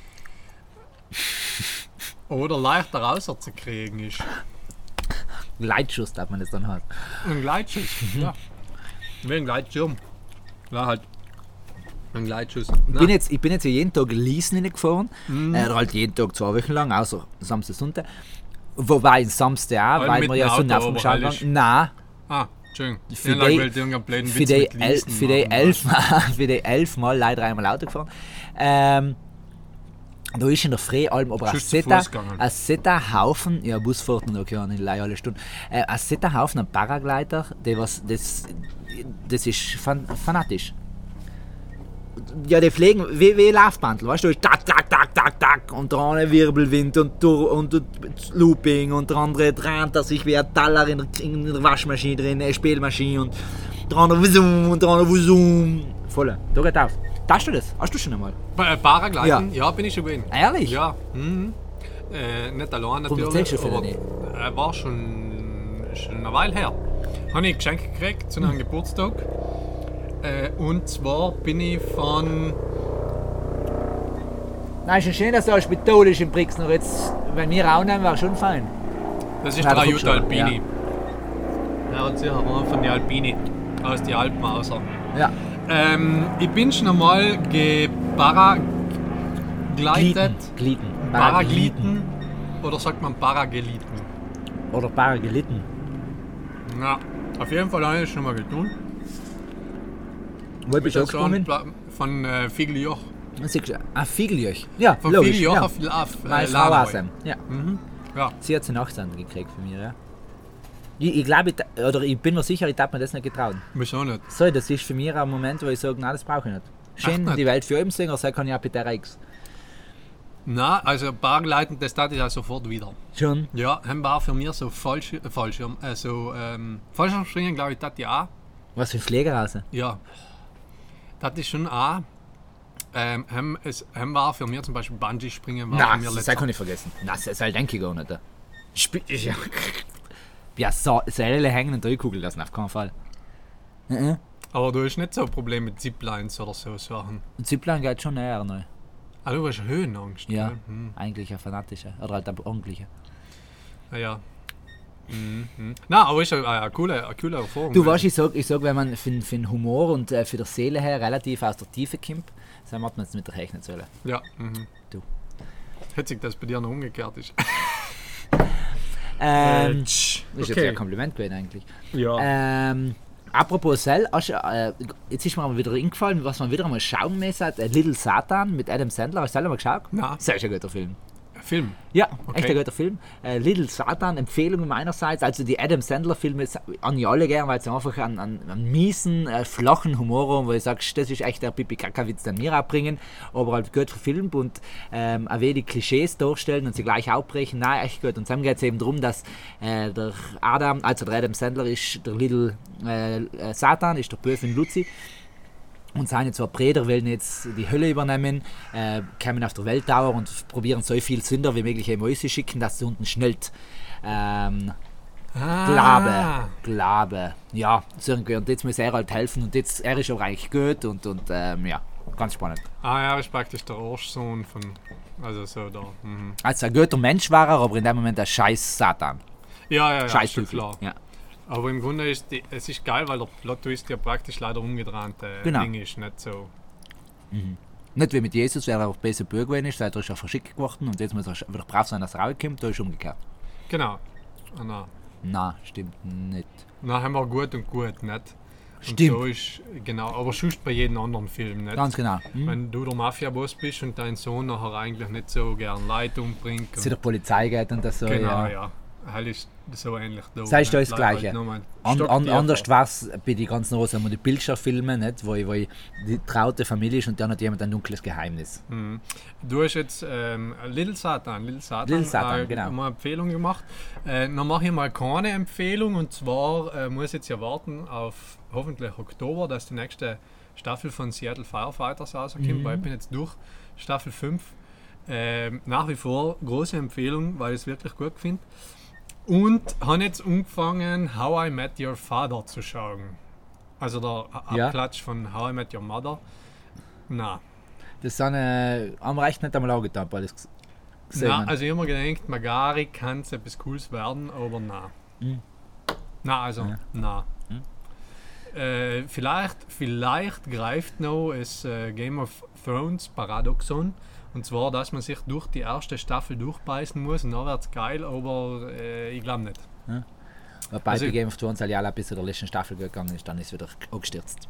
Oder leichter rauszukriegen ist. Gleitschuss darf man das dann halt. Ein Gleitschuss, ja. Wie ein Gleitschirm. Ja, halt. Ein Gleitschuss. Ich bin, jetzt, ich bin jetzt ja jeden Tag Liesen gefahren. Äh, oder halt jeden Tag zwei Wochen lang, außer Samstag, Sonntag. Wobei Samstag auch, Weil weil mit wir ja dem Sonntag auf Auto, dem aber Schall heilig. waren. Nein, Ah, Entschuldigung. Für Ja, die- ich wollte irgendeinen blöden für Witz die, mit el, Liesen für, die machen. elf Mal, für die elf Mal leider einmal Auto gefahren. Ähm, da ist in der Frealm aber ein Schuss zu Seta, Fuß gegangen. ein Seta-Haufen, ja, Busfahrten, okay, eine leider alle Stunden, äh, ein Seta-Haufen, ein Paragleiter, der was, das, das ist fan fanatisch. Ja, die fliegen wie, wie Laufbandel, weißt du, ist tak, tak, tak, tak, tak, und der eine Wirbelwind und, Tur- und, und Looping und der andere dreht er sich wie ein Taler in der, in der Waschmaschine drin, eine Spielmaschine und der andere wuzum und der andere wuzum. Voll, da geht auf. Hast du das? Hast du schon einmal? Ba- äh, Paragleiten? Ja. bin ich schon gewesen. Ehrlich? Ja. Mhm. Äh, nicht allein Warum natürlich. erzählst du von aber nicht? äh, war schon, schon eine Weile her. Habe ich Geschenke gekriegt zu einem Geburtstag. Äh, und zwar bin ich von. Nein, ist schon schön, dass du als Spital im Brixen noch jetzt, wenn wir auch nehmen, wäre schon fein. Das ist Ja, der der Ayuta Hubschrauber, Alpini. Ja, und sicher einer von den Alpini. Aus den Alpen außer. Ja. Ähm, ich bin schon einmal geparaglidet. Gliten. Gliten. Paragliten. Oder sagt man Parageliten? Oder Paragliten. Ja, auf jeden Fall habe ich das schon mal getan. Wo bist du auch So ein gekommen? Pla- Von äh, Figlioch. Ein Fiegeljoch. Ja, Von logisch. Figlioch Ja. auf Lauf. Meine Äh, Frau Lanauer. auch. Ja. Mhm. Ja. Sie hat sie Nachtsend gekriegt von mir, ja. Ich, ich glaube, ich, ta- oder ich bin mir sicher, ich darf mir das nicht getrauen. Wieso nicht? So, das ist für mich ein Moment, wo ich sage, nein, das brauche ich nicht. Schön, nicht? die Welt für uns sehen, aber kann ich auch bitte Rex. Na, also Paragleiten, das tat ich auch sofort wieder. Schon? Ja, haben war für mich so Fallsch äh, Fallschirm, äh, so ähm, Fallschirmspringen, glaube ich, tat ich auch. Was für Pflegerhase. Ja, das ist schon auch. Ähm, haben, es haben war für mich zum Beispiel Bungee-Springen war für Nein, mir das letzter. kann ich vergessen. Nein, das das denke ich gar nicht. Sp ja. Ja, so, Seile hängen und Drehkugel lassen, auf keinen Fall. Mhm. Aber du hast nicht so ein Problem mit Ziplines oder so Sachen. Zipline geht schon näher neu. Ah, du hast Höhenangst. Ja, gell? Hm. eigentlich ein fanatischer. Oder halt ein ordentlicher. Ja, ja. Mhm. Nein, aber ist eine, eine, coole, eine coole Erfahrung. Du weißt, ich sage, ich sag, wenn man für, für den Humor und äh, für die Seele her relativ aus der Tiefe kommt, dann macht man es mit der rechnen sollen. Ja. Mhm. Du. Hätte sich das bei dir noch umgekehrt ist. Ähm, Äh, das tsch, ist jetzt okay. ein Kompliment gewesen eigentlich. Ja. Ähm, apropos Cell, hast du, äh, jetzt ist mir aber wieder eingefallen, was man wieder einmal schauen müssen hat, äh, Little Satan mit Adam Sandler. Hast du selber mal geschaut? Nein. Sehr, sehr guter Film. Film. Ja, Okay. echt ein guter Film. Äh, Little Satan, Empfehlung meinerseits. Also die Adam Sandler-Filme an die alle gern, weil sie einfach einen, einen, einen miesen, äh, flachen Humor haben, wo ich sage, das ist echt der Pipi-Kaka-Witz, den wir abbringen, aber halt gut verfilmt und ähm, ein wenig Klischees darstellen und sie gleich aufbrechen. Nein, echt gut. Und dann geht es eben darum, dass äh, der Adam, also der Adam Sandler ist der Little äh, Satan, ist der Böfin Luzi. Und seine zwei Brüder wollen jetzt die Hölle übernehmen, äh, kommen auf der Welttower und probieren so viele Sünder wie möglich in Mäuse schicken, dass sie unten schnellt. Ähm, Ah. Glaube, Glaube, ja, so irgendwie. Und jetzt muss er halt helfen und jetzt, er ist auch eigentlich gut und, und ähm, ja, ganz spannend. Ah ja, ist praktisch der Arschsohn von. Also so da. Mhm. Also ein guter Mensch war er, aber in dem Moment ein scheiß Satan. Ja, ja, ja, Scheiß ist schon Teufel. klar. Ja. Aber im Grunde ist die, es ist geil, weil der Plot-Twist ja praktisch leider umgedreht äh, Genau. Ding ist, nicht so. Nicht wie mit Jesus, wer auf besser Bürger gewesen ist, seitdem ist er verschickt geworden und jetzt muss er wieder brav sein, dass er rauskommt, da ist umgekehrt. Genau. Ah, nein. Nein, stimmt nicht. Dann haben wir gut und gut, nicht? Und Stimmt. so ist, genau, aber sonst bei jedem anderen Film, nicht? Ganz genau. Hm? Wenn du der Mafia-Boss bist und dein Sohn nachher eigentlich nicht so gern Leute umbringt. Zu der Polizei geht und das so, Genau, ja. ja. Halt ist so ähnlich da. Das heißt, da nicht? ist das Leute Gleiche. halt nochmal An, Stock an, tiefer. anders war es bei den ganzen Rosamunde Pilcher-Filmen, nicht? Wo, wo die traute Familie ist und dann hat jemand ein dunkles Geheimnis. Mhm. Du hast jetzt ähm, Little Satan, Little Satan, Little Satan, äh, genau. mal eine Empfehlung gemacht. Äh, dann mache ich mal keine Empfehlung und zwar äh, muss ich jetzt ja warten auf hoffentlich Oktober, dass die nächste Staffel von Seattle Firefighters rauskommt, Mhm. weil ich bin jetzt durch Staffel fünf. Ähm, nach wie vor große Empfehlung, weil ich es wirklich gut finde. Und habe jetzt angefangen, How I Met Your Father zu schauen. Also der Ja. Abklatsch von How I Met Your Mother. Na, Das sind, äh, am Recht nicht einmal angetan, alles ges- gesehen. na haben. also ich habe mir gedacht, Magari kann es etwas Cooles werden, aber na. Mhm. Na, also, Ja. na. Mhm. Äh, vielleicht, vielleicht greift noch das äh, Game of Thrones Paradoxon. Und zwar, dass man sich durch die erste Staffel durchbeißen muss und dann wird es geil, aber äh, ich glaube nicht. Wobei also- die Game of Thrones ja bis zu der letzten Staffel gegangen ist, dann ist wieder angestürzt.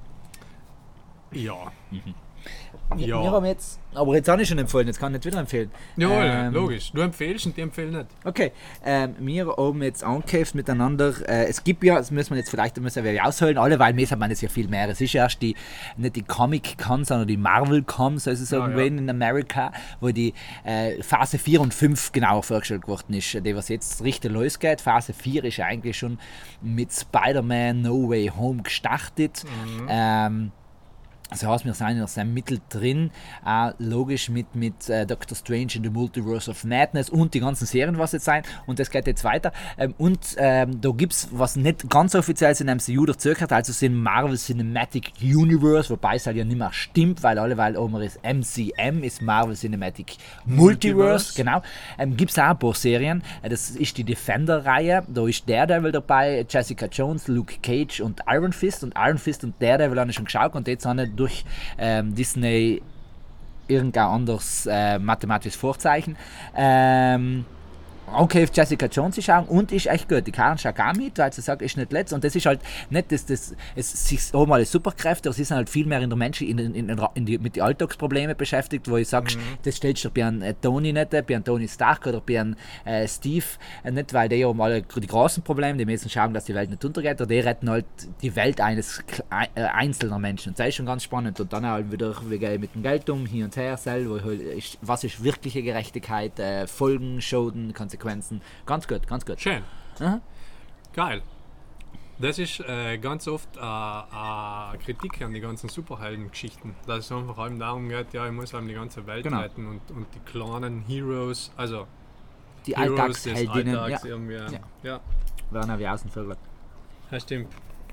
Ja. Wir Ja. haben jetzt, aber jetzt habe ich schon empfohlen, jetzt kann ich nicht wieder empfehlen. Jawohl, Ähm, logisch. Du empfehlst und die empfehlen nicht. Okay, ähm, wir haben jetzt angehäuft miteinander. Äh, es gibt ja, das muss man jetzt vielleicht müssen wir ausholen, alle, weil mir sagt man es ja viel mehr. Es ist erst die, nicht die Comic-Con, sondern die Marvel-Con, so ist es Ja, irgendwo ja. in Amerika, wo die äh, Phase vier und fünf genauer vorgestellt worden ist, die was jetzt richtig losgeht. Phase vier ist ja eigentlich schon mit Spider-Man No Way Home gestartet. Mhm. Ähm, Das heißt, wir sind in seinem Mittel drin, äh, logisch mit, mit äh, Doctor Strange in the Multiverse of Madness und die ganzen Serien, was jetzt sein. Und das geht jetzt weiter. Ähm, und ähm, da gibt es, was nicht ganz offiziell ist in M C U dazugehört, also sind Marvel Cinematic Universe, wobei es halt ja nicht mehr stimmt, weil alle, weil oben ist M C M, ist Marvel Cinematic Multiverse, Multiverse. genau. Ähm, gibt es auch ein paar Serien. Äh, das ist die Defender-Reihe. Da ist Daredevil dabei, Jessica Jones, Luke Cage und Iron Fist. Und Iron Fist und Daredevil habe ich schon geschaut und jetzt habe ich durch ähm, Disney irgendein anderes äh, mathematisches Vorzeichen. Ähm, okay, Jessica Jones zu schauen und ist echt gut. Die Karen schaut auch mit, weil sie sagt, ist nicht letzt. Und das ist halt nicht, das, das, es ist auch mal Superkräfte, aber sie sind halt viel mehr in der Menschen, in, in, in, in die, mit den Alltagsproblemen beschäftigt, wo ich sagst, das stellst du bei einem äh, Tony nicht, bei einem Tony Stark oder bei einem äh, Steve äh, nicht, weil die haben alle die großen Probleme, die müssen schauen, dass die Welt nicht untergeht, oder die retten halt die Welt eines kle- äh, einzelner Menschen. Und das ist schon ganz spannend. Und dann halt wieder, wie gehe ich mit dem Geld um, hier und her, selber, ist, was ist wirkliche Gerechtigkeit, äh, Folgen, Schoden, Konsequenzen. Ganz gut, ganz gut. Schön. Aha. Geil. Das ist äh, ganz oft äh, äh, Kritik an die ganzen Superhelden-Geschichten. Dass es einfach allem darum geht, ja, ich muss einem die ganze Welt Genau. retten und, und die kleinen Heroes, also Die Heroes des Alltagsheldinnen, Alltags ja, irgendwie. Ja. Ja. Ja, werden wie Außenvögel. das stimmt.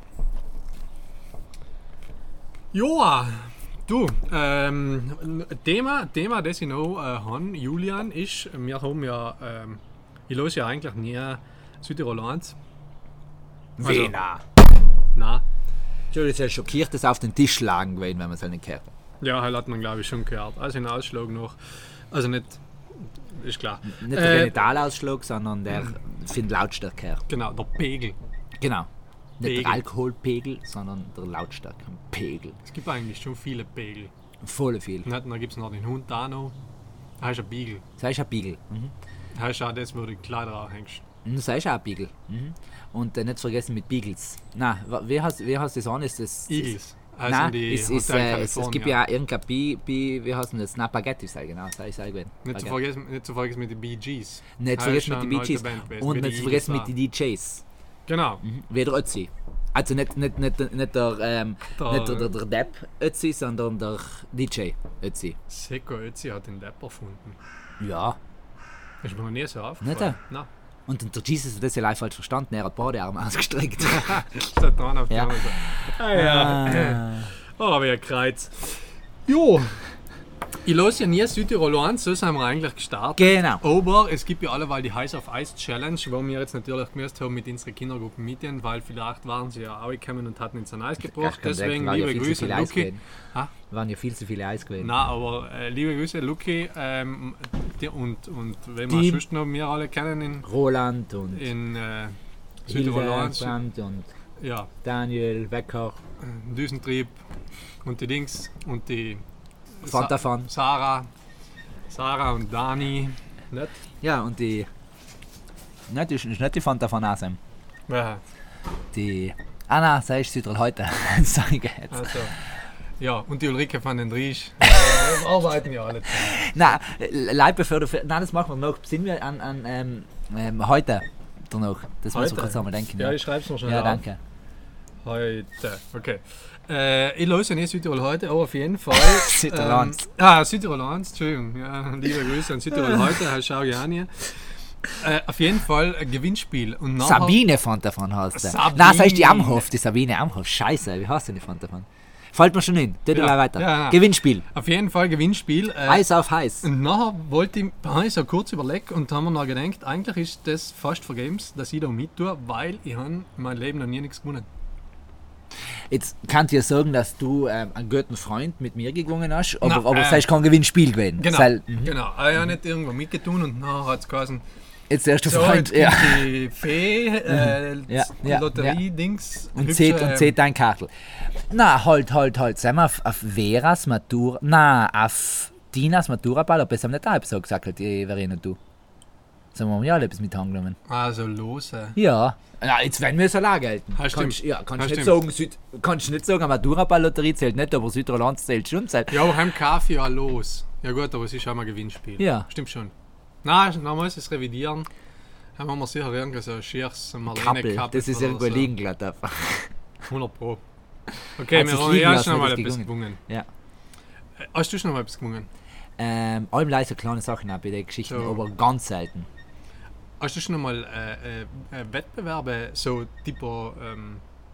Joa, du, ähm, Thema, Thema, das ich noch äh, habe, Julian, ist, wir haben ja, ähm, ich höre ja eigentlich nie Südtirol eins. Also, Wiener. Nein. Entschuldigung, es ist ja schockiert, dass auf den Tisch schlagen gewesen, wenn man es halt nicht gehört. Ja, halt hat man glaube ich schon gehört. Also ein Ausschlag noch. Also nicht, ist klar. Nicht der Äh, Genitalausschlag, sondern der für den Lautstärke her. Genau, der Pegel. Genau. Nicht Pegel. der Alkoholpegel, sondern der Lautstärkenpegel. Es gibt eigentlich schon viele Pegel. Voll viel. Nicht, dann gibt es noch den Hund da noch. Das ist ein Beagle. Das ist ein Beagle. Mhm. Das ist auch das, wo du die Kleider anhängst. Und das ist auch ein Beagle. Mhm. Und äh, nicht zu vergessen mit Beagles. Nein, wa- wie heißt, wie heißt das an? Ist das, Eagles. Also Nein, die es, ist, Hotel äh, es, es gibt California. ja auch irgendein Bi, Bi, wie heißt denn das? Spaghetti, sei genau, das ist auch gewesen. Nicht zu, vergessen, nicht zu vergessen mit den Bee Gees. Nicht Das zu ist vergessen mit schon den eine Bee Gees. alte Band gewesen, Und wie nicht die zu vergessen mit Eagles den D Js. Genau. Mhm. Wie der Ötzi. Also nicht, nicht, nicht, nicht der, ähm, Der- nicht der, der, der Depp Ötzi, sondern der D J Ötzi. Seko Ötzi hat den Depp erfunden. Ja. Ist mir noch nie so aufgefallen. Nicht er? Nein. Und der Jesus hat das ja live falsch verstanden, er hat Badearme ausgestreckt. Steht dran auf Ja. der anderen Seite. Ah ja. Ah. Oh, aber ja, Kreuz. Jo. Ich lasse ja nie Südtirol eins, so sind wir eigentlich gestartet. Genau. Aber es gibt ja alleweil die Heiß auf Eis Challenge, wo wir jetzt natürlich gemusst haben mit unseren Kindergruppen mitgehen, weil vielleicht waren sie ja auch gekommen und hatten ins Eis gebracht. Ach, Deswegen waren ja liebe viel zu Grüße, viele Eis Luki. gewesen. Ha? Waren ja viel zu viele Eis gewesen. Nein, aber äh, liebe Grüße, Luki. Ähm, die, und, und wenn wir Die- sonst noch wir alle kennen in, Roland und in äh, Südtirol Hilde eins. Brandt und Ja, Daniel Wecker, Düsentrieb und die Dings und die Fanta Sa Fan. Sarah, Sarah und Dani. Nicht? Ja, und die. Nein, das ist nicht die Fanta Fan Asem. Ja, Die. Ah, nein, das ist Südtirol heute. Sag ich jetzt. also. Ja, und die Ulrike van den Driesch. Wir arbeiten ja alle zusammen. Nein, Leib bevor du. Nein, das machen wir noch. Sind wir an, an ähm, ähm, heute danach? Das muss ich Heute? kurz einmal denken. Ja, ich schreibe es noch schnell ja auf. danke. Heute, okay. Äh, ich löse nicht Südtirol heute, aber auf jeden Fall. Südtirol eins. Ähm, ah, Südtirol eins, Entschuldigung. Ja, liebe Grüße an Südtirol heute, Herr Schau Jani. Äh, auf jeden Fall ein Gewinnspiel. Und nachher, Sabine Fanta Fan heißt der. Sabine. Nein, das ist die Amhoff, die Sabine Amhoff. Scheiße, wie heißt denn die Fanta Fan? Fällt mir schon hin. Tut Ja, ja, weiter. ja, ja. Gewinnspiel. Auf jeden Fall Gewinnspiel. Äh, Eis auf heiß. Und nachher wollte ich, habe ich so kurz überlegt und haben wir noch gedacht, eigentlich ist das fast vergebens, dass ich da mit tue, weil ich habe in meinem Leben noch nie nichts gewonnen. Jetzt kann ich dir sagen, dass du ähm, einen guten Freund mit mir gewonnen hast, aber, Na, aber äh, es ist kein Gewinnspiel gewesen. Genau, Sei, mhm. genau. Ich habe nicht irgendwo mitgetun und nachher hat es geheißen, Jetzt der erste so, Freund. jetzt Ja. kommt die Fee, äh, Ja, die ja, Lotterie-Dings. Und hübsche, zählt und ähm, zählt dein Kartel. Na, halt, halt, halt. Sind wir auf, auf Veras Matura. Na, auf Dinas Matura-Ball, aber es haben nicht auch so gesagt, halt, die Verena und du. Sagen wir mal, ja, etwas mit angenommen. Also lose. Ja. Na, jetzt werden wir so lang gelten. Ja, stimmt. Kannst, ja, kannst Ja, nicht stimmt. sagen, Süd, kannst nicht sagen, Matura-Ball-Lotterie zählt nicht, aber Südtirol eins zählt schon. Zählt. Ja, aber heim Kaffee ja los. Ja gut, aber es ist auch mal ein Gewinnspiel. Ja. Stimmt schon. Nein, dann muss ich es revidieren. Dann haben wir sicher irgendwie so ein schieres Kappel, das ist irgendwo so. liegen gelassen. einfach. hundert Pro. Okay, Hat wir sich haben liegen ja lassen, schon mal hat es etwas gewonnen. gewonnen. Ja. Äh, Hast du schon mal etwas gewonnen? Ähm, allem leise kleine Sachen auch bei den Geschichten, So. aber ganz selten. Hast du schon mal äh, äh, äh, Wettbewerbe, so tipo ähm,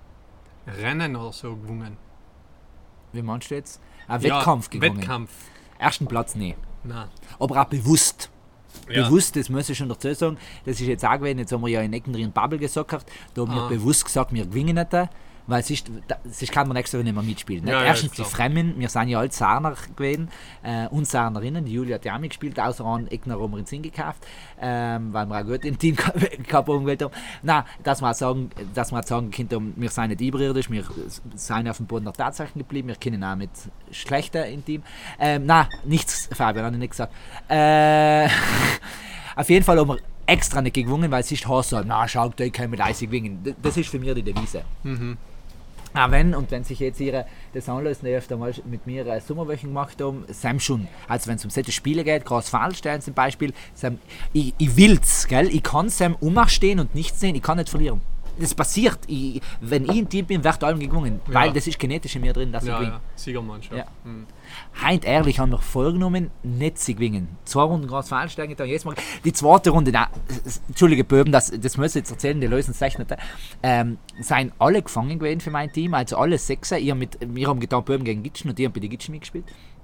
Rennen oder so gewonnen? Wie meinst du jetzt? Ein Wettkampf ja, gewonnen. Wettkampf. Ersten Platz nie. Nein. Aber auch bewusst. Ja. Bewusst, das muss ich schon dazu sagen, das ist jetzt auch gewesen, jetzt haben wir ja in Ecken drin Bubble gesagt, da haben Ah. wir bewusst gesagt, wir gewinnen nicht, weil sonst, da- sonst kann man nächstes Jahr nicht mehr mitspielen. Nicht? Ja, ja, Erstens ist die klar. Fremden, wir sind ja alle Sarner gewesen äh, und Sarnerinnen, die Julia hat ja auch mitgespielt, außer an Eckner haben wir ins Sinn gekauft, ähm, weil wir auch gut im Team gehabt haben. Nein, dass wir auch sagen, dass wir auch sagen können, wir sind nicht überirdisch, wir sind auf dem Boden der Tatsachen geblieben, wir können auch mit schlechter im Team. Ähm, nein, nichts, Fabian, habe ich nicht gesagt. Äh, auf jeden Fall haben wir extra nicht gewonnen, weil es ist heißt so, na schau, die können mit Eis gewinnen. D- Das ist für mich die Devise. Mhm. Auch wenn, und wenn sich jetzt ihre das anlösen, die öfter mal mit mir äh, Sommerwochen gemacht haben, sind schon, also wenn es um solche Spiele geht, groß Fahrstellen zum Beispiel, sind, ich, ich will's, gell, ich kann es umstehen und nichts sehen, ich kann nicht verlieren. Das passiert, ich, wenn ich ein Team bin, wird allem gewonnen, Ja. weil das ist genetisch in mir drin, dass ich Ja, gewinne. ja, Siegermannschaft. Ja. Mhm. Heint ehrlich haben wir vorgenommen, nicht zu gewinnen. Zwei Runden groß Veranstaltung getan, jetzt mal. Die zweite Runde, na, entschuldige Böben, das, das muss ich jetzt erzählen, die lösen es echt nicht. Ähm, seien alle gefangen gewesen für mein Team, also alle Sechser. Ich hab mit, wir haben getan Böben gegen Gitschen und die haben bei den Gitschen mitgespielt.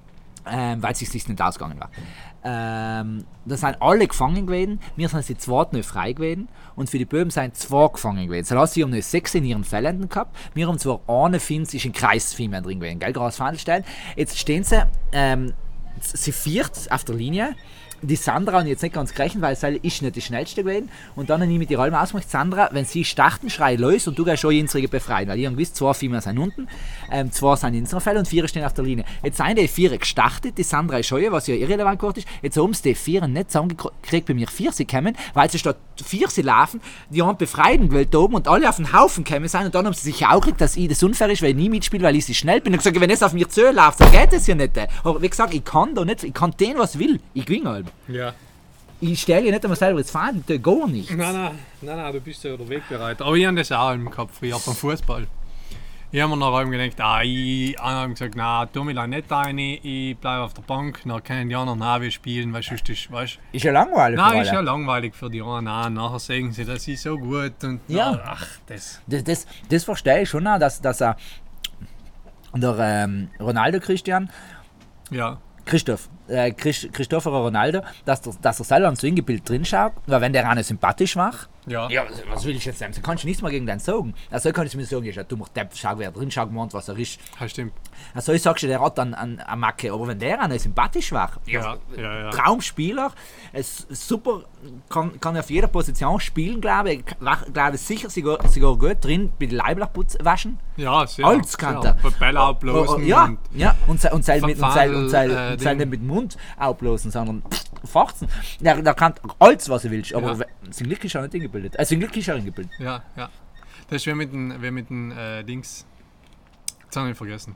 ähm, weil es sich nicht ausgegangen war. Ähm, da sind alle gefangen gewesen, wir sind die zweite noch frei gewesen und für die Böhmen sind zwei gefangen gewesen. So lassen sie haben noch sechs in ihren Fällenden gehabt, wir haben zwar eine finnische Kreisfilme drin gewesen, gell, groß Verhandelstellen. Jetzt stehen sie, ähm, sie viert auf der Linie. Die Sandra und jetzt nicht ganz gerechnet, weil sie ist nicht die schnellste gewesen. Und dann habe ich mit die Rollen ausgemacht, Sandra, wenn sie starten, schrei los und du gehst schon unsere befreien. Weil ich habe gewusst, zwei Firmen sind unten, ähm, zwei sind in unserem Feld und vier stehen auf der Linie. Jetzt sind die vier gestartet, die Sandra ist schon, was ja irrelevant geworden ist. Jetzt haben sie die vier nicht zusammengekriegt, bei mir vier sie kommen, weil sie statt vier sie laufen, die haben befreien gewählt oben und alle auf den Haufen gekommen sind. Und dann haben sie sich auch gekriegt, dass ich das unfair ist, weil ich nie mitspiele, weil ich so schnell bin. Und gesagt, wenn es auf mir zu läuft, dann geht es ja nicht. Aber wie gesagt, ich kann da nicht, ich kann den, was will. Ich gewinne halt. Ja. Ich stelle ja nicht einmal selber jetzt fahren, das gar nicht. Nein, nein, nein, nein, du bist ja der Wegbereit. Aber ich habe das auch im Kopf früher beim Fußball. Ich habe mir nach allem gedacht, ah, ich habe gesagt, nein, tu mich nicht rein, ich bleibe auf der Bank, dann können die anderen auch wieder spielen, weil sonst ist, weißt du. Ist ja langweilig. Nein, ist ja langweilig für die anderen auch. Nachher sagen sie, das ist so gut und ja. na, ach, das. Das, das, das verstehe ich schon auch, dass, dass er, der ähm, Ronaldo Christian, Ja. Christoph, äh, Christ, Christopher Ronaldo, dass, der, dass er selber am Swingebild drin schaut, weil wenn der eine sympathisch macht, Ja. ja, was, was will ich jetzt sagen? So kannst du nichts mehr gegen den sagen. Also kann ich mir sagen, ja, du machst Depp, schau wer drin schaut, meint, was er ist. Ja, stimmt. Also ich sagst du, der hat dann eine Macke, aber wenn der eine sympathisch war, Ja, ja, ja. Traumspieler, es super, kann, kann auf jeder Position spielen, glaube ich, glaube sicher sogar, sogar gut drin, bei den Leiblachputz waschen. Ja, sehr. Alles kann er. Bei Bälle ablosen. Oh, oh, ja, und ja, und sei und sei mit und sei und sei, Fadel, äh, und sei Ding. nicht mit dem Mund aufblasen, sondern fachten. Der, der kann alles, was er will, aber Ja. zum Glück ist er nicht eingebildet. Also zum Glück ist er eingebildet. Ja, ja. Das ist wie mit den, wie mit den äh, Dings. Jetzt habe ich vergessen.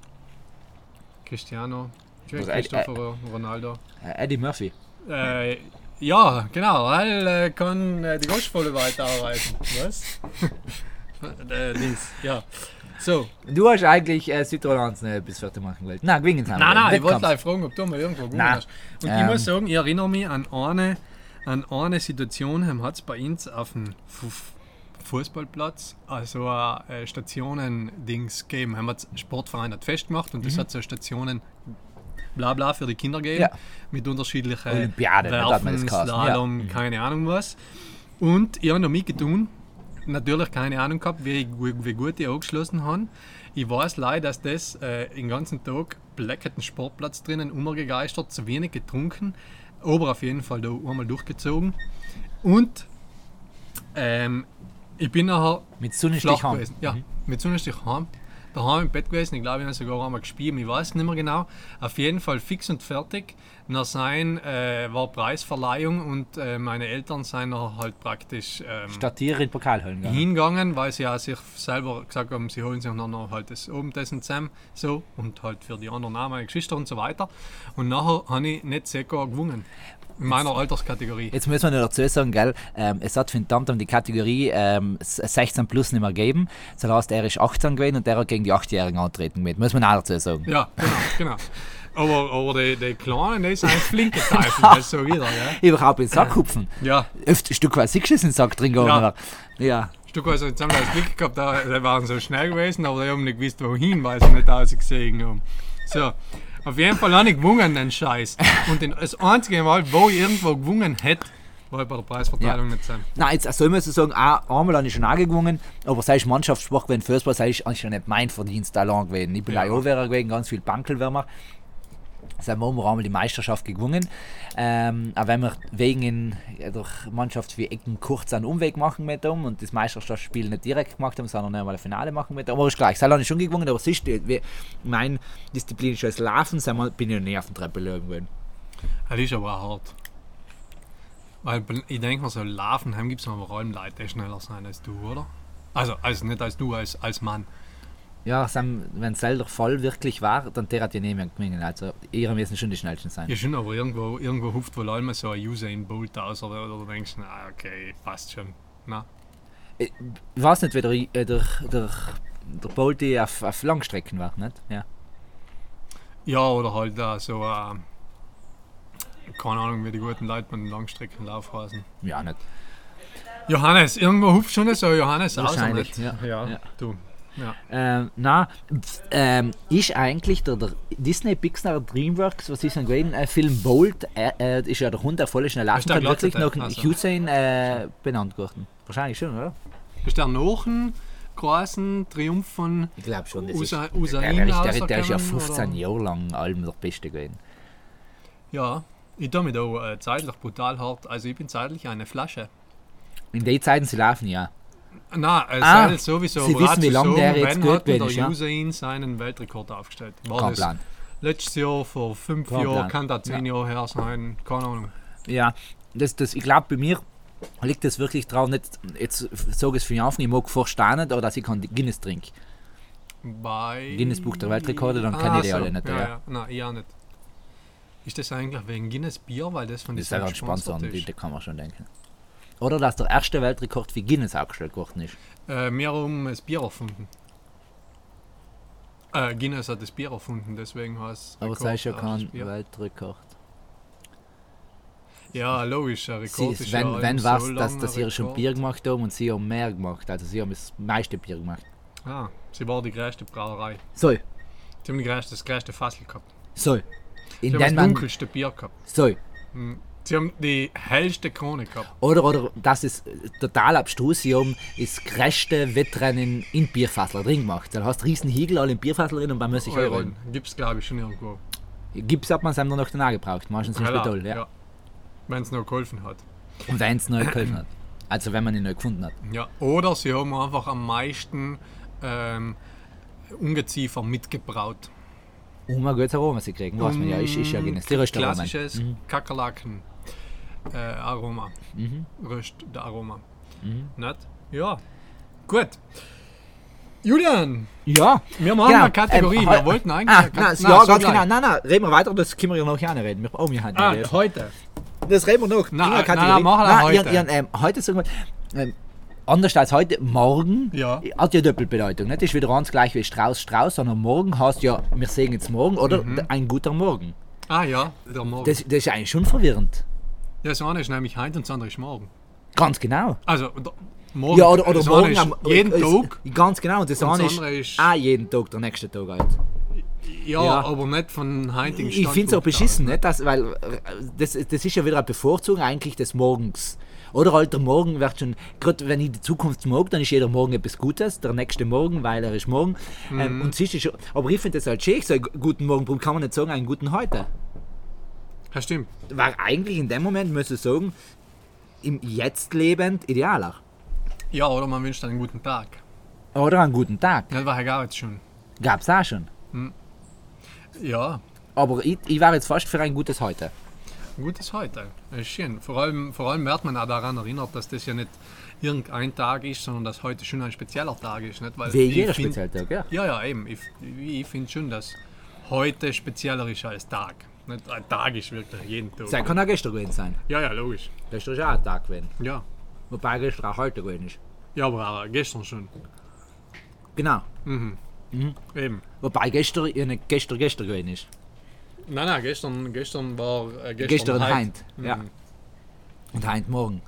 Cristiano. Also, Christopher Ronaldo. Äh, Eddie Murphy. Äh, ja, genau, weil äh, kann äh, die Goschvolle weiterarbeiten. Was? äh, Dings, ja. So. Du hast eigentlich äh, Südtirol noch bis fertig machen wollen. Nein, gewinnen haben Nein, wir. nein, ich wollte Wettkampf. gleich fragen, ob du mal irgendwo gewonnen Nein. hast. Und Ähm. ich muss sagen, ich erinnere mich an eine, an eine Situation, hat es bei uns auf dem Fu- Fußballplatz also ein äh, Stationen-Dings gegeben. Haben wir das Sportverein hat festgemacht und das hat so Stationen bla bla für die Kinder gegeben. Ja. Mit unterschiedlichen Olympiade, da hat man das Werfen, geheißen, ja. Slalom, keine Ahnung was. Und ich habe noch mitgetan, natürlich keine Ahnung gehabt, wie, wie, wie gut die angeschlossen haben. Ich weiß leider, dass das äh, den ganzen Tag bleckerten Sportplatz drinnen umgegeistert, zu wenig getrunken, aber auf jeden Fall da einmal durchgezogen. Und ähm, ich bin nachher Mit Sonnenstich flach haben. gewesen. Ja, mit Sonnenstich heim. Daheim im Bett gewesen, ich glaube, ich habe sogar einmal gespielt, ich weiß nicht mehr genau. Auf jeden Fall fix und fertig. Nach sein äh, war Preisverleihung und äh, meine Eltern sind noch halt praktisch ähm, Statt hier in Pokalhallen. Ja. hingegangen, weil sie ja sich selber gesagt haben, sie holen sich dann noch halt das Abendessen zusammen so und halt für die anderen auch meine Geschwister und so weiter. Und nachher habe ich nicht Seko gewonnen. In meiner Alterskategorie. Jetzt müssen wir noch dazu sagen, gell, ähm, es hat für den Tamtam die Kategorie ähm, sechzehn plus nicht mehr gegeben. Das heißt, er ist achtzehn gewesen und der hat gegen die achtjährigen antreten mit. Muss man auch dazu sagen. Ja, genau, genau. Aber, aber die, die Kleinen, die sind ein flinke Teufel, das so wieder, ja. Überhaupt in den Sack hupfen. Ja, Öfter ein Stück weit siehst du es in den Sack drin gegangen. Ja. aber- Ja. Stückweise jetzt haben wir das Glück gehabt, da- die waren so schnell gewesen, aber die haben nicht gewusst, wohin, weil sie nicht ausgesehen haben. So, auf jeden Fall habe ich gewonnen, den Scheiß. Und den, das einzige Mal, wo ich irgendwo gewonnen hätte, war ich bei der Preisverteilung Ja. nicht sein. Nein, jetzt soll man so sagen, auch einmal habe ich schon angegangen, aber sei es Mannschaftssport gewesen, Fußball, sei es eigentlich schon nicht mein Verdienst allein gewesen. Ich bin Ja. ja. auch Anwärter gewesen, ganz viel Bankelwärmer. Sind wir einmal die Meisterschaft gewonnen. Ähm, auch wenn wir wegen in der Mannschaft wie Ecken kurz einen Umweg machen mit dem und das Meisterschaftsspiel nicht direkt gemacht haben, sondern einmal ein Finale machen mit dem. Aber ist gleich, das habe ich schon gewonnen, aber sonst, wie meine Disziplin ist als Laufen, sind wir, bin ich noch nie auf dem Treppenlauf gewesen. Das ist aber auch hart. Weil ich denke mir so, Laufen gibt es noch vor allem Leute, die schneller sein als du, oder? Also, also nicht als du, als, als Mann. Ja, Sam, wenn es selber voll wirklich war, dann der hat ja nicht mehr gewinnen. Also, ihr müssen schon die schnellsten sein. Ja, schon, aber irgendwo, irgendwo hupft wohl einmal so ein Usain Bolt aus, oder, oder du denkst, na okay, passt schon. Na. Ich weiß nicht, wie der, äh, der, der, der Bolti auf, auf Langstrecken war, nicht? Ja. Ja, oder halt da so, äh, keine Ahnung, wie die guten Leute beim Langstreckenlauf heißen. Ja, nicht. Johannes, irgendwo hupft schon so Johannes aus. Wahrscheinlich, nicht? ja. Ja, Ja. du. Ja. Ähm, na, ähm, ist eigentlich der, der Disney, Pixar, Dreamworks, was ist denn gewesen, äh, Film Bolt, äh, äh, ist ja der Hund, der voll schnell laufen Ist der kann, wirklich Glotze, nach also. Hussein äh, benannt geworden. Wahrscheinlich schon, oder? Ist der noch ein großen Triumph von Ich glaube schon. Das Usa, ist, Usain der, der, ist, der, der ist ja auserkennen, fünfzehn oder? Jahre lang allem der Beste gewesen. Ja, ich tue mich da äh, zeitlich brutal hart. Also ich bin zeitlich eine Flasche. In den Zeiten, sie laufen, ja. Nein, es Ah, ist sowieso. Sie aber wissen, auch wie zu lange sagen, der jetzt wann gut hat denn gewesen ist, der ja? Usain seinen Weltrekord aufgestellt? War Kein das Plan. letztes Jahr, vor fünf Kein Jahren, Plan. kann das zehn Jahre her sein? Keine Ahnung. Ja, das, das, ich glaube, bei mir liegt das wirklich drauf, nicht, jetzt sage ich es für mich auf, ich mag verstehen, oder dass ich kann Guinness trinken. Bei Guinness Buch der Weltrekorde, dann kenne ich die so. alle nicht, Ja, ja. ja. Nein, ich auch nicht. Ist das eigentlich wegen Guinness Bier, weil das von Das ist diesem ja ganz spannend, gesponsert die, ist? die kann man schon denken. Oder dass der erste Weltrekord für Guinness aufgestellt worden ist. Äh, wir haben das Bier erfunden. Äh, Guinness hat das Bier erfunden, deswegen heißt es Aber Rekord, das ist ja erstes kein Bier. Weltrekord. Ja, logisch, ein Sie, Rekord ist wenn ja wenn so was, lang dass, ein dass sie schon Rekord. Bier gemacht haben und sie haben mehr gemacht. Also sie haben das meiste Bier gemacht. Ah, sie war die größte Brauerei. So, Sie haben die größte, das größte Fassel gehabt. so. Sie In haben das den man, dunkelste Bier gehabt. so. Hm. Sie haben die hellste Krone gehabt. Oder, oder, das ist äh, total abstrus, sie haben das größte Wettrennen in Bierfassler drin gemacht. Da hast du riesen Hügel alle in Bierfassler drin und man muss sich heiraten. Gibt es, glaube ich, schon irgendwo. Gibt's, hat man es einem nur noch danach gebraucht. Meistens im Klar, Spital, ja. ja. Wenn es noch geholfen hat. Und wenn es neu geholfen hat. Also wenn man ihn neu gefunden hat. Ja. Oder sie haben einfach am meisten ähm, Ungeziefer mitgebraut. Um ein gutes Aroma zu kriegen, weiß man ja, ist, ist ja Guinness. Die Röstaromen. Klassisches Kakerlaken äh, Aroma. Mhm. Röst der Aroma. Nicht? Ja. Gut. Julian, Ja, wir machen genau. eine Kategorie. Ähm, wir heu- wollten eigentlich. Ah, eine nein, Kat- ja, Nein, so ganz gleich. genau. Nein, nein, reden wir weiter, das können wir ja noch nicht reden. Wir, oh, wir haben Ah, nicht heute. Das reden wir noch. Nein, Immer nein, Kategorie. nein, machen wir Nein, heute. Ian, Ian, ähm, heute sagen wir, ähm, anders als heute, morgen Ja. hat ja Doppelbedeutung. Nicht? Das ist wieder ganz gleich wie Strauß, Strauß, sondern morgen heißt ja, wir sehen jetzt morgen oder Mhm. ein guter Morgen. Ah ja, der Morgen. Das, das ist eigentlich schon verwirrend. Ja, das eine ist nämlich heute und das andere ist morgen. Ganz genau. Also, der, morgen. Ja, oder, oder das morgen eine ist am jeden ist, Tag. Ganz genau. Und das, Und das andere ist, andere ist- auch jeden Tag der nächste Tag halt. Ja, Ja. aber nicht von heutigen Ich finde es auch Standpunkt beschissen, aus. nicht? Das, weil äh, das, das ist ja wieder eine Bevorzugung eigentlich des Morgens. Oder halt der Morgen wird schon, gerade wenn ich die Zukunft mag, dann ist jeder Morgen etwas Gutes, der nächste Morgen, weil er ist morgen. Mhm. Ähm, und siehst du schon, aber ich finde das halt schön, so einen guten Morgen, warum kann man nicht sagen, einen guten heute? Ja, stimmt. Weil eigentlich in dem Moment müsste ich sagen, im Jetzt lebend idealer. Ja, oder man wünscht einen guten Tag. Oder einen guten Tag. Das war ja jetzt schon. Gab es auch schon. Ja, Aber ich, ich wäre jetzt fast für ein gutes heute. ein gutes heute. Das ist schön. Vor allem, vor allem wird man auch daran erinnert, dass das ja nicht irgendein Tag ist, sondern dass heute schon ein spezieller Tag ist. Nicht? Weil Wie ich jeder find- spezielle Tag, ja. Ja, ja, eben. Ich, ich finde schon, dass heute spezieller ist als Tag. Nicht? Ein Tag ist wirklich jeden Tag. Das kann auch gestern gewesen sein. Ja, ja, logisch. Gestern ist auch ein Tag gewesen. Ja, Wobei gestern auch heute gewesen ist. ja aber auch gestern schon. Genau. Eben. Wobei gestern ja nicht gestern gestern gewesen ist. Nein, nein, gestern, gestern war äh, gestern, Gestern heut. heint. Ja. Mhm. Und heint morgen.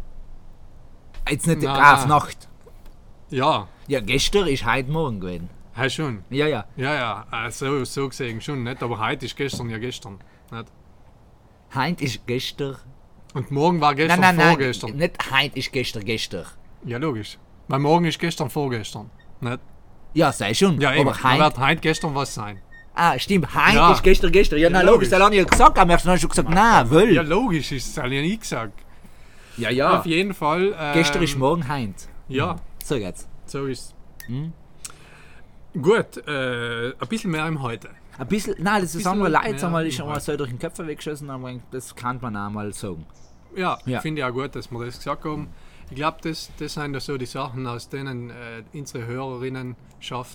Jetzt nicht Nein, ah, auf nein. Nacht. Ja, Ja, gestern ist heint morgen gewesen. hey, schon. Ja, ja. Ja, ja, also, so gesehen schon nicht, aber heute ist gestern ja gestern. Nicht? Heint ist gestern. Und morgen war gestern nein, nein, vorgestern. nein. Nicht heint ist gestern gestern. Ja, logisch. Weil morgen ist gestern vorgestern. Nicht? Ja, sei schon. Ja, eben. aber Da heint. wird heute gestern was sein. Ah, stimmt. Heint Ja. ist gestern gestern. Ja, Ja, nein, logisch. logisch. Das habe ich ja gesagt. Aber hast du schon gesagt, nein, will. Ja, logisch, ist es ja nie gesagt. Ja, ja. Auf jeden Fall. Ähm, Gestern ist morgen heint. Ja, So geht's. so ist Hm? Gut, äh, ein bisschen mehr im Heute. Ein bisschen, nein, das ist Bisschen einmal leid, mehr einmal ist im einmal Halt. so durch den Köpfe weggeschossen, aber das kann man auch mal sagen. Ja, Ja. finde ich auch gut, dass wir das gesagt haben. Ich glaube, das, das sind ja so die Sachen, aus denen äh, unsere Hörerinnenschaft,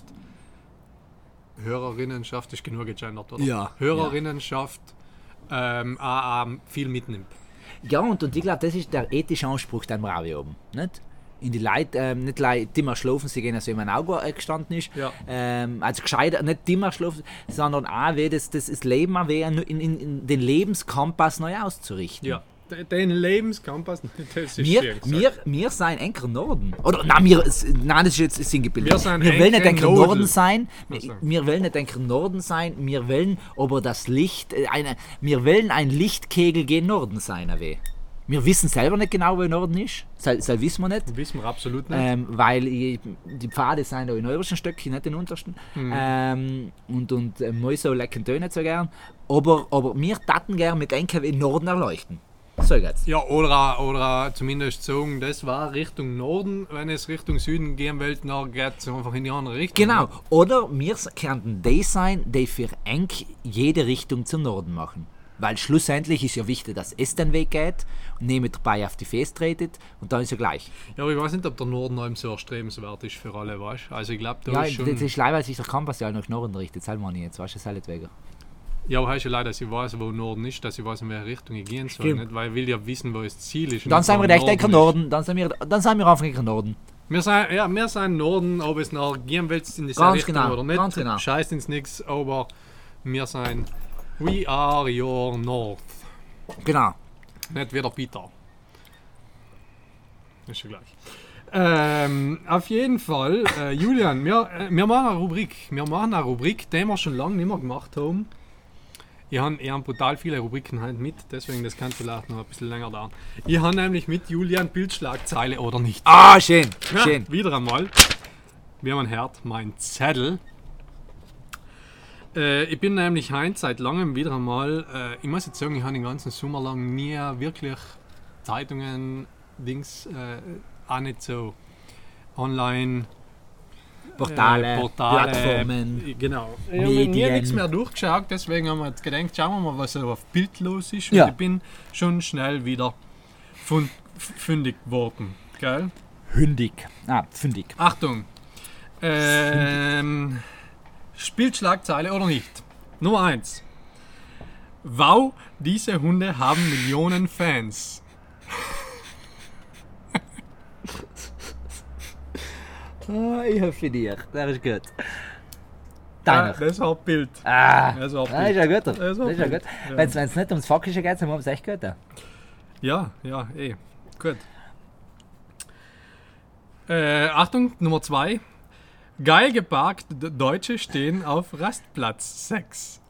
Hörerinnenschaft ist genug gegendert, oder? Ja. Hörerinnenschaft ähm, auch, auch viel mitnimmt. Ja, und, und ich glaube, das ist der ethische Anspruch, den wir auch haben. Nicht? In die Leute, ähm, nicht Leute, die immer schlafen, sie gehen, also in mein Auge äh, gestanden ist. Ja. Ähm, also gescheit, nicht die immer schlafen, sondern auch, wie das, das, das Leben auch wie in, in, in den Lebenskompass neu auszurichten. Ja, D- Den Lebenskompass, das ist Wir, schön gesagt. wir, wir sein Enker Norden. Oder, nein, wir, nein, das ist jetzt sinngebildet. Wir sind wir wollen nicht Enker Enker Norden Nodel. sein. Also. Wir, wir wollen nicht Enker Norden sein. Wir wollen aber das Licht, äh, eine, wir wollen ein Lichtkegel gegen Norden sein. Awe. Wir wissen selber nicht genau, wo Norden ist. Das, das wissen wir nicht. Wissen wir absolut nicht. Ähm, weil ich, die Pfade sind da in obersten Stöckchen, nicht in untersten. Mhm. Ähm, und und äh, Mäuse lecken tun nicht so gern. Aber, aber wir taten gern mit N K W Norden erleuchten. So geht's. Ja, oder, oder zumindest sagen, das war Richtung Norden. Wenn es Richtung Süden gehen will, dann geht es einfach in die andere Richtung. Genau. Oder wir könnten die sein, die für eng jede Richtung zum Norden machen. Weil schlussendlich ist ja wichtig, dass es den Weg geht und nicht mit dabei auf die Fest tretet und dann ist ja gleich. Ja, aber ich weiß nicht, ob der Norden allem so erstrebenswert ist für alle, weißt du? Also ich glaube, da Ja, ist schon... das ist leider, weil sich der Kompass ja nach Norden richtet. Das meine ich jetzt, weißt du, das ist nicht wegen. Ja, aber heißt ja leider, dass ich weiß, wo Norden ist, dass ich weiß, in welche Richtung ich gehen soll. Stimmt. Nicht? Weil ich will ja wissen, wo das Ziel ist. und Dann nicht, sind wo wir echt Enker ist. Norden, dann sind wir, dann sind wir einfach Enker Norden. Wir sind, ja, wir sind Norden, ob es noch gehen willst in diese Ganz Richtung genau, oder nicht. ganz genau. Scheißt ins nix, aber wir sind We are your North. Genau. Nicht wie der Peter. Ist schon gleich. Ähm, auf jeden Fall, äh, Julian, wir, äh, wir machen eine Rubrik. Wir machen eine Rubrik, die wir schon lange nicht mehr gemacht haben. Ich habe ich hab brutal viele Rubriken heute mit, deswegen das kann vielleicht noch ein bisschen länger dauern. Ich habe nämlich mit Julian Bildschlagzeile oder nicht. Ah, schön, Ja, schön. wieder einmal. Wie man hört, mein Zettel. Äh, ich bin nämlich heute seit langem wieder einmal, äh, ich muss jetzt sagen, ich habe den ganzen Sommer lang nie wirklich Zeitungen, Dings, äh, auch nicht so online. Portale, äh, Portale, Plattformen. äh, Genau. Ich habe mir nie Medien. nichts mehr durchgeschaut, deswegen haben wir jetzt gedacht, schauen wir mal, was so auf Bild los ist. Ja. Und ich bin schon schnell wieder fund, fündig geworden. Gell? Hündig. Ah, fündig. Achtung! Ähm, spielt Schlagzeile oder nicht? Nummer eins. Wow, diese Hunde haben Millionen Fans. Ah, ich hoffe dir. Das ist gut. Ja, Deiner. das war Bild. Ah, Das war das ist ja gut. Das Das ist war ja gut. gut. Ja. Wenn es nicht ums Faktische geht, dann haben wir es echt gut. Ja, ja, eh. Gut. Äh, Achtung, Nummer zwei. Geil geparkt, D- Deutsche stehen auf Rastplatz sechs.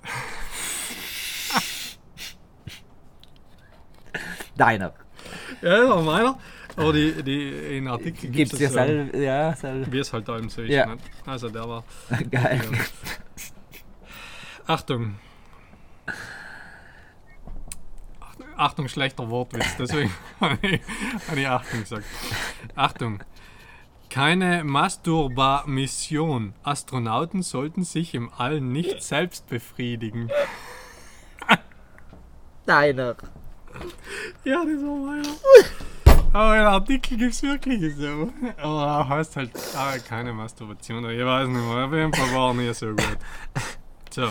Deiner. Ja, das war meiner. Aber die, die, in Artikel Gibt es es dir so, selber. Ja, selber. wie es halt allem so ist. Ja. Nicht? Also der war... Geil. Ja. Achtung. Achtung. Achtung, schlechter Wortwitz, deswegen habe ich, habe ich Achtung gesagt. Achtung. Keine Masturbation. Astronauten sollten sich im All nicht selbst befriedigen. Deiner. Ja, das war meiner. Aber im Artikel gibt es wirklich so. Aber er heißt halt ah, keine Masturbation. Ich weiß nicht mehr. Auf jeden Fall war er nicht so gut. So.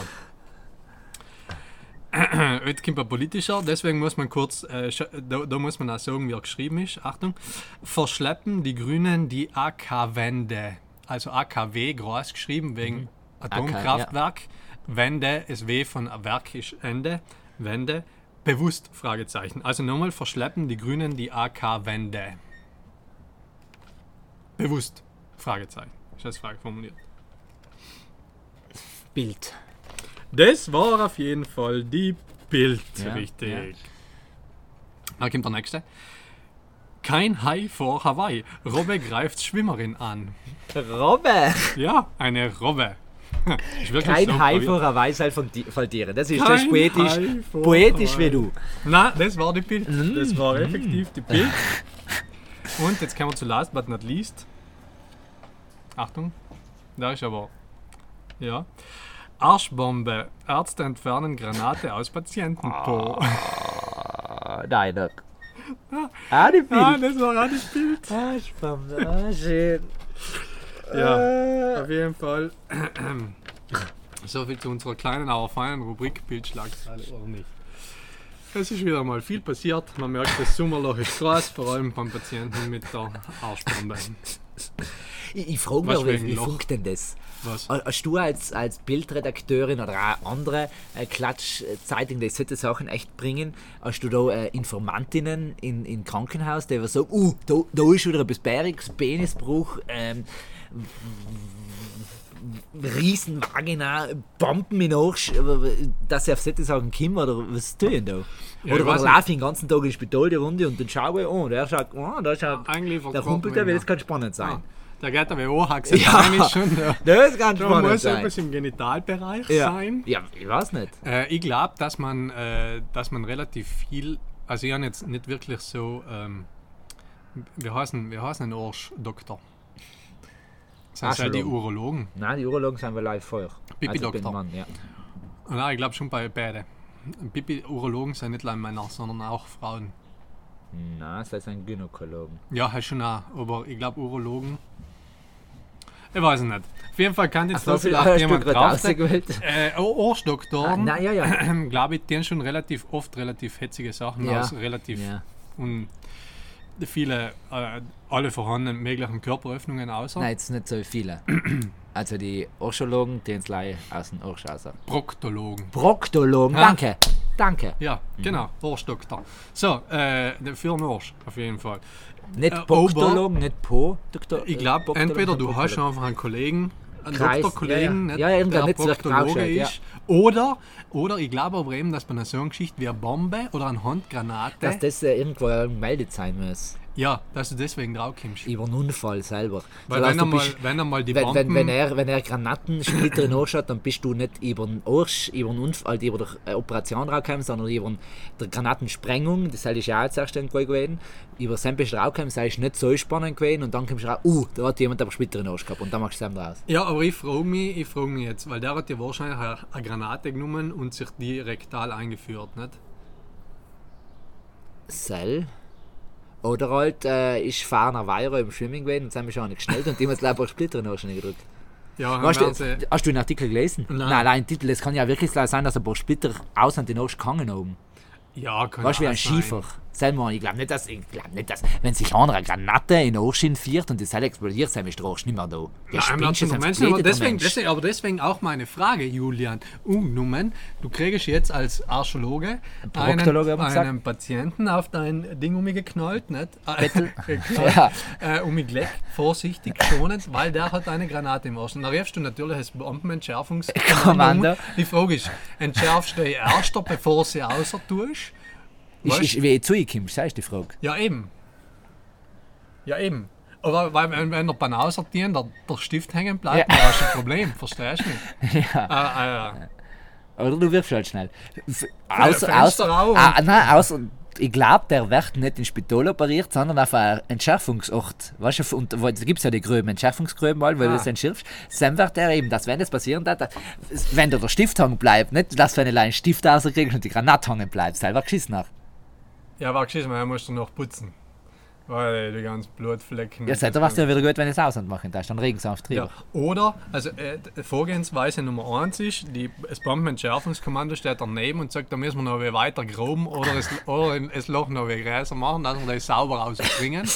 Jetzt kommt ein politischer, deswegen muss man kurz, äh, sch- da, da muss man auch sagen, wie er geschrieben ist. Achtung. Verschleppen die Grünen die A K-Wende. Also A K W groß geschrieben wegen Atomkraftwerk. Wende, das W von Werk ist Ende. Wende. Bewusst? Fragezeichen. Also nochmal, verschleppen die Grünen die A K-Wende. Bewusst? Fragezeichen. Ist das Frage formuliert. Bild. Das war auf jeden Fall die Bild, Ja, richtig. ja. Da kommt der nächste. Kein Hai vor Hawaii. Robbe greift Schwimmerin an. Robbe. Ja, eine Robbe. Ist wirklich Kein so Hai probiert. vor einer Weisheit von, di- von dir. Das ist Kein das ist poetisch, Hai vor poetisch Hawaii. wie du. Nein, das war die Bild. Das war effektiv die Bild. Und jetzt kommen wir zu last but not least. Achtung. Da ist aber. Ja. Arschbombe. Ärzte entfernen Granate aus Patientenpo. Ah, deiner. Ah, die Ah, Bild. das war auch das Bild. Ah, spannend. Ah, schön. Ja, auf jeden Fall. So viel zu unserer kleinen, aber feinen Rubrik Bildschlagzeile oder nicht. Es ist wieder mal viel passiert. Man merkt, das Sommerloch ist groß, vor allem beim Patienten mit der Arschbombe. Ich, ich frage Was mich, wegen wie, wie Loch? funkt denn das? Was? Hast du als, als Bildredakteurin oder auch andere äh, Klatschzeitungen, die solche Sachen echt bringen, hast du da äh, Informantinnen in, in Krankenhaus, die sagen, uh, da, da ist wieder etwas Bäriges, Penisbruch, ähm, Riesenvagina, Bomben in den Arsch, dass sie auf solche Sachen kommen, oder was tun da? Ja, oder ich oder weiß laufe ich den ganzen Tag ins Spital die Runde und dann schaue ich, oh, der schaut, oh, da schaut, Eigentlich der verkauft Kumpel, man der will, immer. das kann spannend sein. Ah, der geht aber auch, hat gesagt, Ja. nein, ist schon der. Das kann Da spannend muss sein. etwas im Genitalbereich Ja. sein. ja, ich weiß nicht. Äh, ich glaube, dass man, äh, dass man relativ viel, also ich habe jetzt nicht wirklich so, ähm, wir heißen, wir heißen einen Arschdoktor. Das sind halt die Arschologen. Urologen. Nein, die Urologen sind wir live vorher. Pipi-Doktor. Also, Mann, ja. Nein, ich glaube schon bei beide. Pipi-Urologen sind nicht allein Männer, sondern auch Frauen. Nein, das heißt ein Gynäkologen. Ja, halt schon auch, aber ich glaube Urologen. Ich weiß es nicht. Auf jeden Fall kann jetzt So da viel vielleicht hast du jemand gerade drauf. ausgewählt. Äh, Arschdoktoren, Ah, nein, ja, ja. glaube ich, die haben schon relativ oft relativ hetzige Sachen Ja. aus relativ Ja. und viele, äh, alle vorhandenen möglichen Körperöffnungen außer. Nein, jetzt nicht so viele. Also die Arschologen, die uns leihen aus dem Arsch raus. Proktologen. Proktologen, Ha? danke. Danke. Ja, genau, Arschdoktor. So, äh, für den Arsch, auf jeden Fall. Nicht Äh, Proktologen, nicht Po-Doktor. Ich glaube, Proktologen, entweder du sondern hast Proktologen. einfach einen Kollegen, einen Kreis, Doktorkollegen, ja, ja. nicht, Ja, ja, irgendein der Netzwerk Proktologe draufschaut, ja. ist. Oder, oder ich glaube aber eben, dass bei einer so einer Geschichte wie eine Bombe oder eine Handgranate, Dass das äh, irgendwo gemeldet sein muss. ja, dass du deswegen draufkommst. Über einen Unfall selber. Weil Das heißt, wenn, du einmal, bist- wenn einmal die wenn, Bomben... wenn, wenn, er, wenn er Granatensplitter in den Arsch hat, dann bist du nicht über den Arsch, über den Unfall, halt über die Operation rausgekommen, sondern über die Granatensprengung, das ist ja auch zuerst gewesen. Über den bist du rausgekommen, das ist nicht so spannend gewesen und dann kommst du raus, uh, da hat jemand aber Splitter in den Arsch gehabt und dann machst du es draus. Ja, aber ich frage mich, ich frage mich jetzt, weil der hat ja wahrscheinlich eine eine Granate genommen und sich die rektal eingeführt, nicht? Sell. Oder halt äh, ist Fahner Weiro im Schwimmen gewesen und sind wir schon nicht geschnellt und die haben jetzt leider Splitter in den Arsch gedrückt. Ja, Weißt haben du, sie, hast du den Artikel gelesen? Nein. Nein, allein den Titel. Es kann ja wirklich sein, dass ein paar Splitter aus und den Arsch gehangen haben. ja, kann Weißt du, wie auch ein sein. Schiefer. Selber, ich glaube nicht, dass, ich glaub nicht, dass, wenn sich einer eine Granate in den Arsch hinfährt und das Seil explodiert, dann ist der Arsch nicht mehr da. Der Ja, spinnt Menschen, schon, sonst Menschen, aber, bläht der deswegen, Mensch. deswegen, aber deswegen auch meine Frage, Julian. Ungenommen, du kriegst jetzt als Archäologe Proktologe, einen, haben wir gesagt. einen Patienten auf dein Ding umgeknallt, nicht? Bettel. geknallt, Ja. äh, umgelegt, vorsichtig, schonend, weil der hat eine Granate im Arsch. Und da rufst du natürlich das Bombenentschärfungskommando. Kommando. Die Frage ist, entschärfst du die erst, bevor sie außer tust? Ist, Weißt- ist, wie ich zu ihm komme, das ist die Frage. Ja, eben. Ja, eben. Aber weil, wenn, wenn der Banausertieren der, der Stift hängen bleibt, Ja. dann hast du ein Problem. Verstehst du mich? Ja. Äh, äh, Oder du wirfst halt schnell. F- Fenster Außer, auf. ah, nein, außer, ich glaube, der wird nicht ins Spital operiert, sondern auf einen Entschärfungsort. Weißt du, und, weil, da gibt es ja die Gröben, Entschärfungsgröben, weil Ah. du das entschärfst. Dann wird der eben, dass wenn das passieren darf, dass- wenn da der Stift hängen bleibt, nicht, dass du einen kleinen Stift rauskriegst und die Granate hängen bleibt, selber geschissen nach. ja, aber geschissen, man muss noch putzen. Weil die ganzen Blutflecken. Ja, seid ihr was ja wieder gut, wenn ich es Ausland machen darfst, dann regen sie auf drüber. Ja. Oder, also äh, die Vorgehensweise Nummer eins ist, die, das Bombenentschärfungskommando steht daneben und sagt, da müssen wir noch ein weiter groben oder das, oder das Loch noch ein größer machen, dass wir das sauber rausbringen.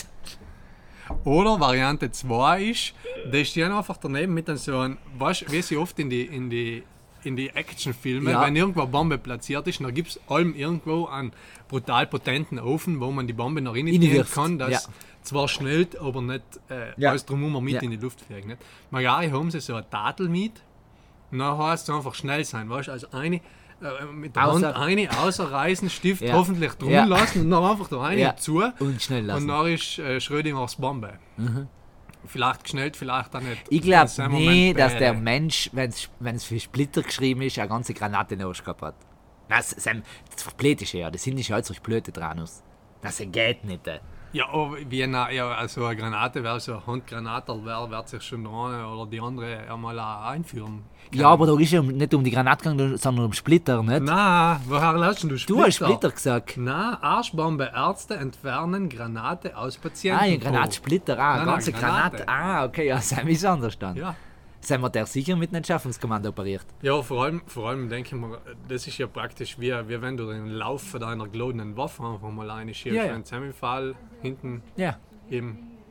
Oder Variante zwei ist, die stehen einfach daneben mit so einem, weißt du, wie sie oft in die, in die, in die Actionfilme, Ja. wenn irgendwo eine Bombe platziert ist, dann gibt es allem irgendwo einen brutal potenten Ofen, wo man die Bombe noch reinziehen Reinwirft, kann, dass ja. zwar schnellt, aber nicht äh, Ja. alles drumherum mit Ja. in die Luft fliegt. Nicht? Magari haben sie so eine Tadel mit, und dann heißt es einfach schnell sein, weißt du, also eine äh, mit der Außer- Hand eine außerreißen, Stift Ja. hoffentlich drum Ja. lassen und dann einfach da eine Ja. zu. Und schnell lassen. Und dann ist äh, Schrödingers Bombe. Vielleicht geschnellt, vielleicht auch nicht. Ich glaube Das sind im nie, Moment dass beide. der Mensch, wenn es für Splitter geschrieben ist, eine ganze Granate in den Arsch gehabt hat. Das, das, das verblöd ist ja, das sind nicht halt solche blöde Dranus. Das geht nicht. äh. Ja, aber wie eine, ja, also eine Granate wäre so eine Handgranate, wäre wird sich schon der eine oder die andere einmal auch einführen. Ja, aber da ist ja um- nicht um die Granate gegangen, sondern um Splitter, nicht? Na, woher lässt du Splitter? Du hast Splitter gesagt. Na, Arschbombe, Ärzte entfernen Granate aus Patienten. Ah, ein Granatsplitter, ah, eine Nein, nein, ganze Granate. Granate. Ah, okay, ja, sei ist anders dann. Ja. Sind wir der sicher mit einem Entschärfungskommando operiert? Ja, vor allem, vor allem denke ich mir, das ist ja praktisch wie, wie wenn du den Lauf deiner geladenen Waffe einfach mal einschiebst. Ja, ja. Ein Zusammenfall hinten Ja. eben.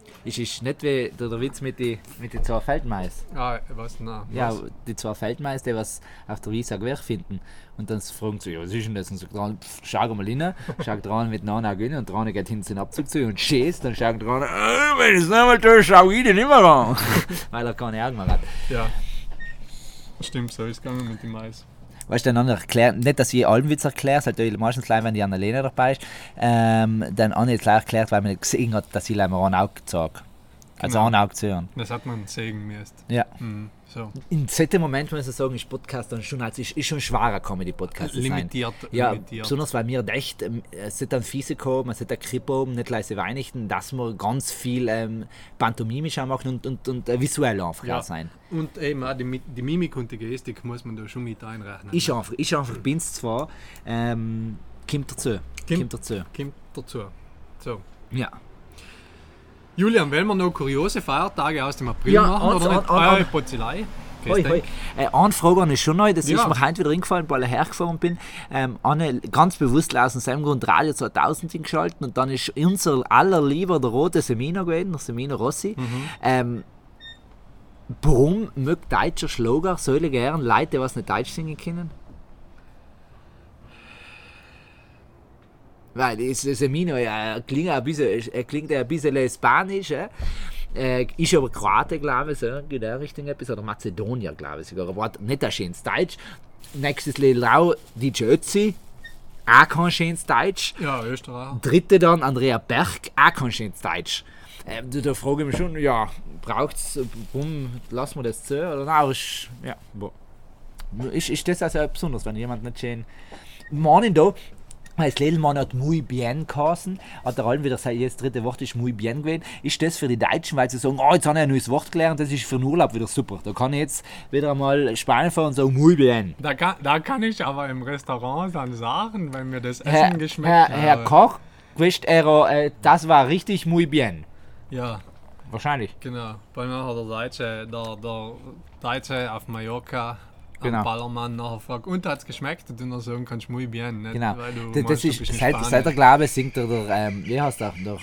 Ist es nicht wie der, der Witz mit den mit die zwei Feldmais? Ah, was? Nein. Ja, was? die zwei Feldmais, die was auf der Wiese Gewehr finden. Und dann fragen sie, ja, was ist denn das? Und sagt dran, pff, schau mal rein, schau dran mit einem Auge rein und dran geht hinten den Abzug zu und schießt, dann schaut dran, äh, wenn ich es nicht mal tue, schau ich den nicht mehr an. Weil er keine Augen mehr hat. Ja. Stimmt, so ist es gegangen mit dem Mais. Weißt du, dann erklären, nicht, dass ich allen Witz erkläre, halt meistens gleich, wenn die Annalena dabei ist, ähm, dann habe ich jetzt gleich erklärt, weil man nicht gesehen hat, dass ich mir ein Auge zeige. Also Genau. ein Auge zu hören. Das hat man sehen müssen. Ja. Mhm. So. In solchen Moment muss ich sagen, ist Podcast dann schon, also ist, ist schon schwerer Comedy-Podcast zu sein. Limitiert. Ja, limitiert. besonders weil wir echt, ähm, es sind dann Fiese gekommen, es sind eine Krippe oben, nicht leise Weihnachten, dass wir ganz viel ähm, pantomimisch auch machen und, und, und äh, visuell einfach Ja. auch sein. Und eben auch die, Mi- die Mimik und die Gestik muss man da schon mit einrechnen. Ich einfach, ich einfach bin es zwar, ähm, kommt dazu. Kommt- Kommt dazu. Kommt dazu. So. Ja. Julian, wollen wir noch kuriose Feiertage aus dem April Ja, machen eins, oder nicht? an- an- Ah, Potzelei. Hoi, hoi. Äh, eine Frage an ist schon neu, das Ja. ist mir heute wieder eingefallen, weil ich hergefahren bin. Ähm, eine ganz bewusst aus dem Grund Radio zweitausend geschaltet und dann ist unser aller Lieber der rote Semino gewesen, der Semino Rossi. Mhm. Ähm, warum mögt deutscher Schlager so gern Leute, die was nicht Deutsch singen können? Weil das Semino ja, klingt ein bisschen, er klingt ein bisschen spanisch, äh? Äh, ist aber Kroate, glaube ich, so, in der Richtung etwas, oder Mazedonier, glaube ich sogar, aber nicht ein schönes Deutsch. Nächstes Lied auch die Ötzi, auch kein schönes Deutsch. Ja, Österreich. Dritte dann Andrea Berg, auch kein schönes Deutsch. Ähm, da, da frage ich mich schon, ja, braucht es, warum lassen wir das zu? Oder nein, ist, ja, boah. Ist, ist das also besonders, wenn jemand nicht schön. Morgen da, das Ledelmann hat muy bien geheißen, hat der allem wieder gesagt, jetzt dritte Wort ist muy bien gewesen. Ist das für die Deutschen, weil sie sagen, oh, jetzt habe ich ein neues Wort gelernt, das ist für den Urlaub wieder super. Da kann ich jetzt wieder einmal Spanien fahren und sagen, muy bien. Da kann, da kann ich aber im Restaurant dann sagen, wenn mir das Essen Herr, geschmeckt Herr, hat. Herr Koch, wisst ihr, äh, das war richtig muy bien. Ja, Wahrscheinlich. genau. Bei mir hat der Deutsche, der, der Deutsche auf Mallorca Genau. am Ballermann nachher fragt, und hat es geschmeckt? Und dann sagen kannst muy bien. Nicht? Genau. Weil du Das, das meinst, du ist, bist in seit, Spanien. seit der Glaube singt der, der ähm, wie heißt der, der, Was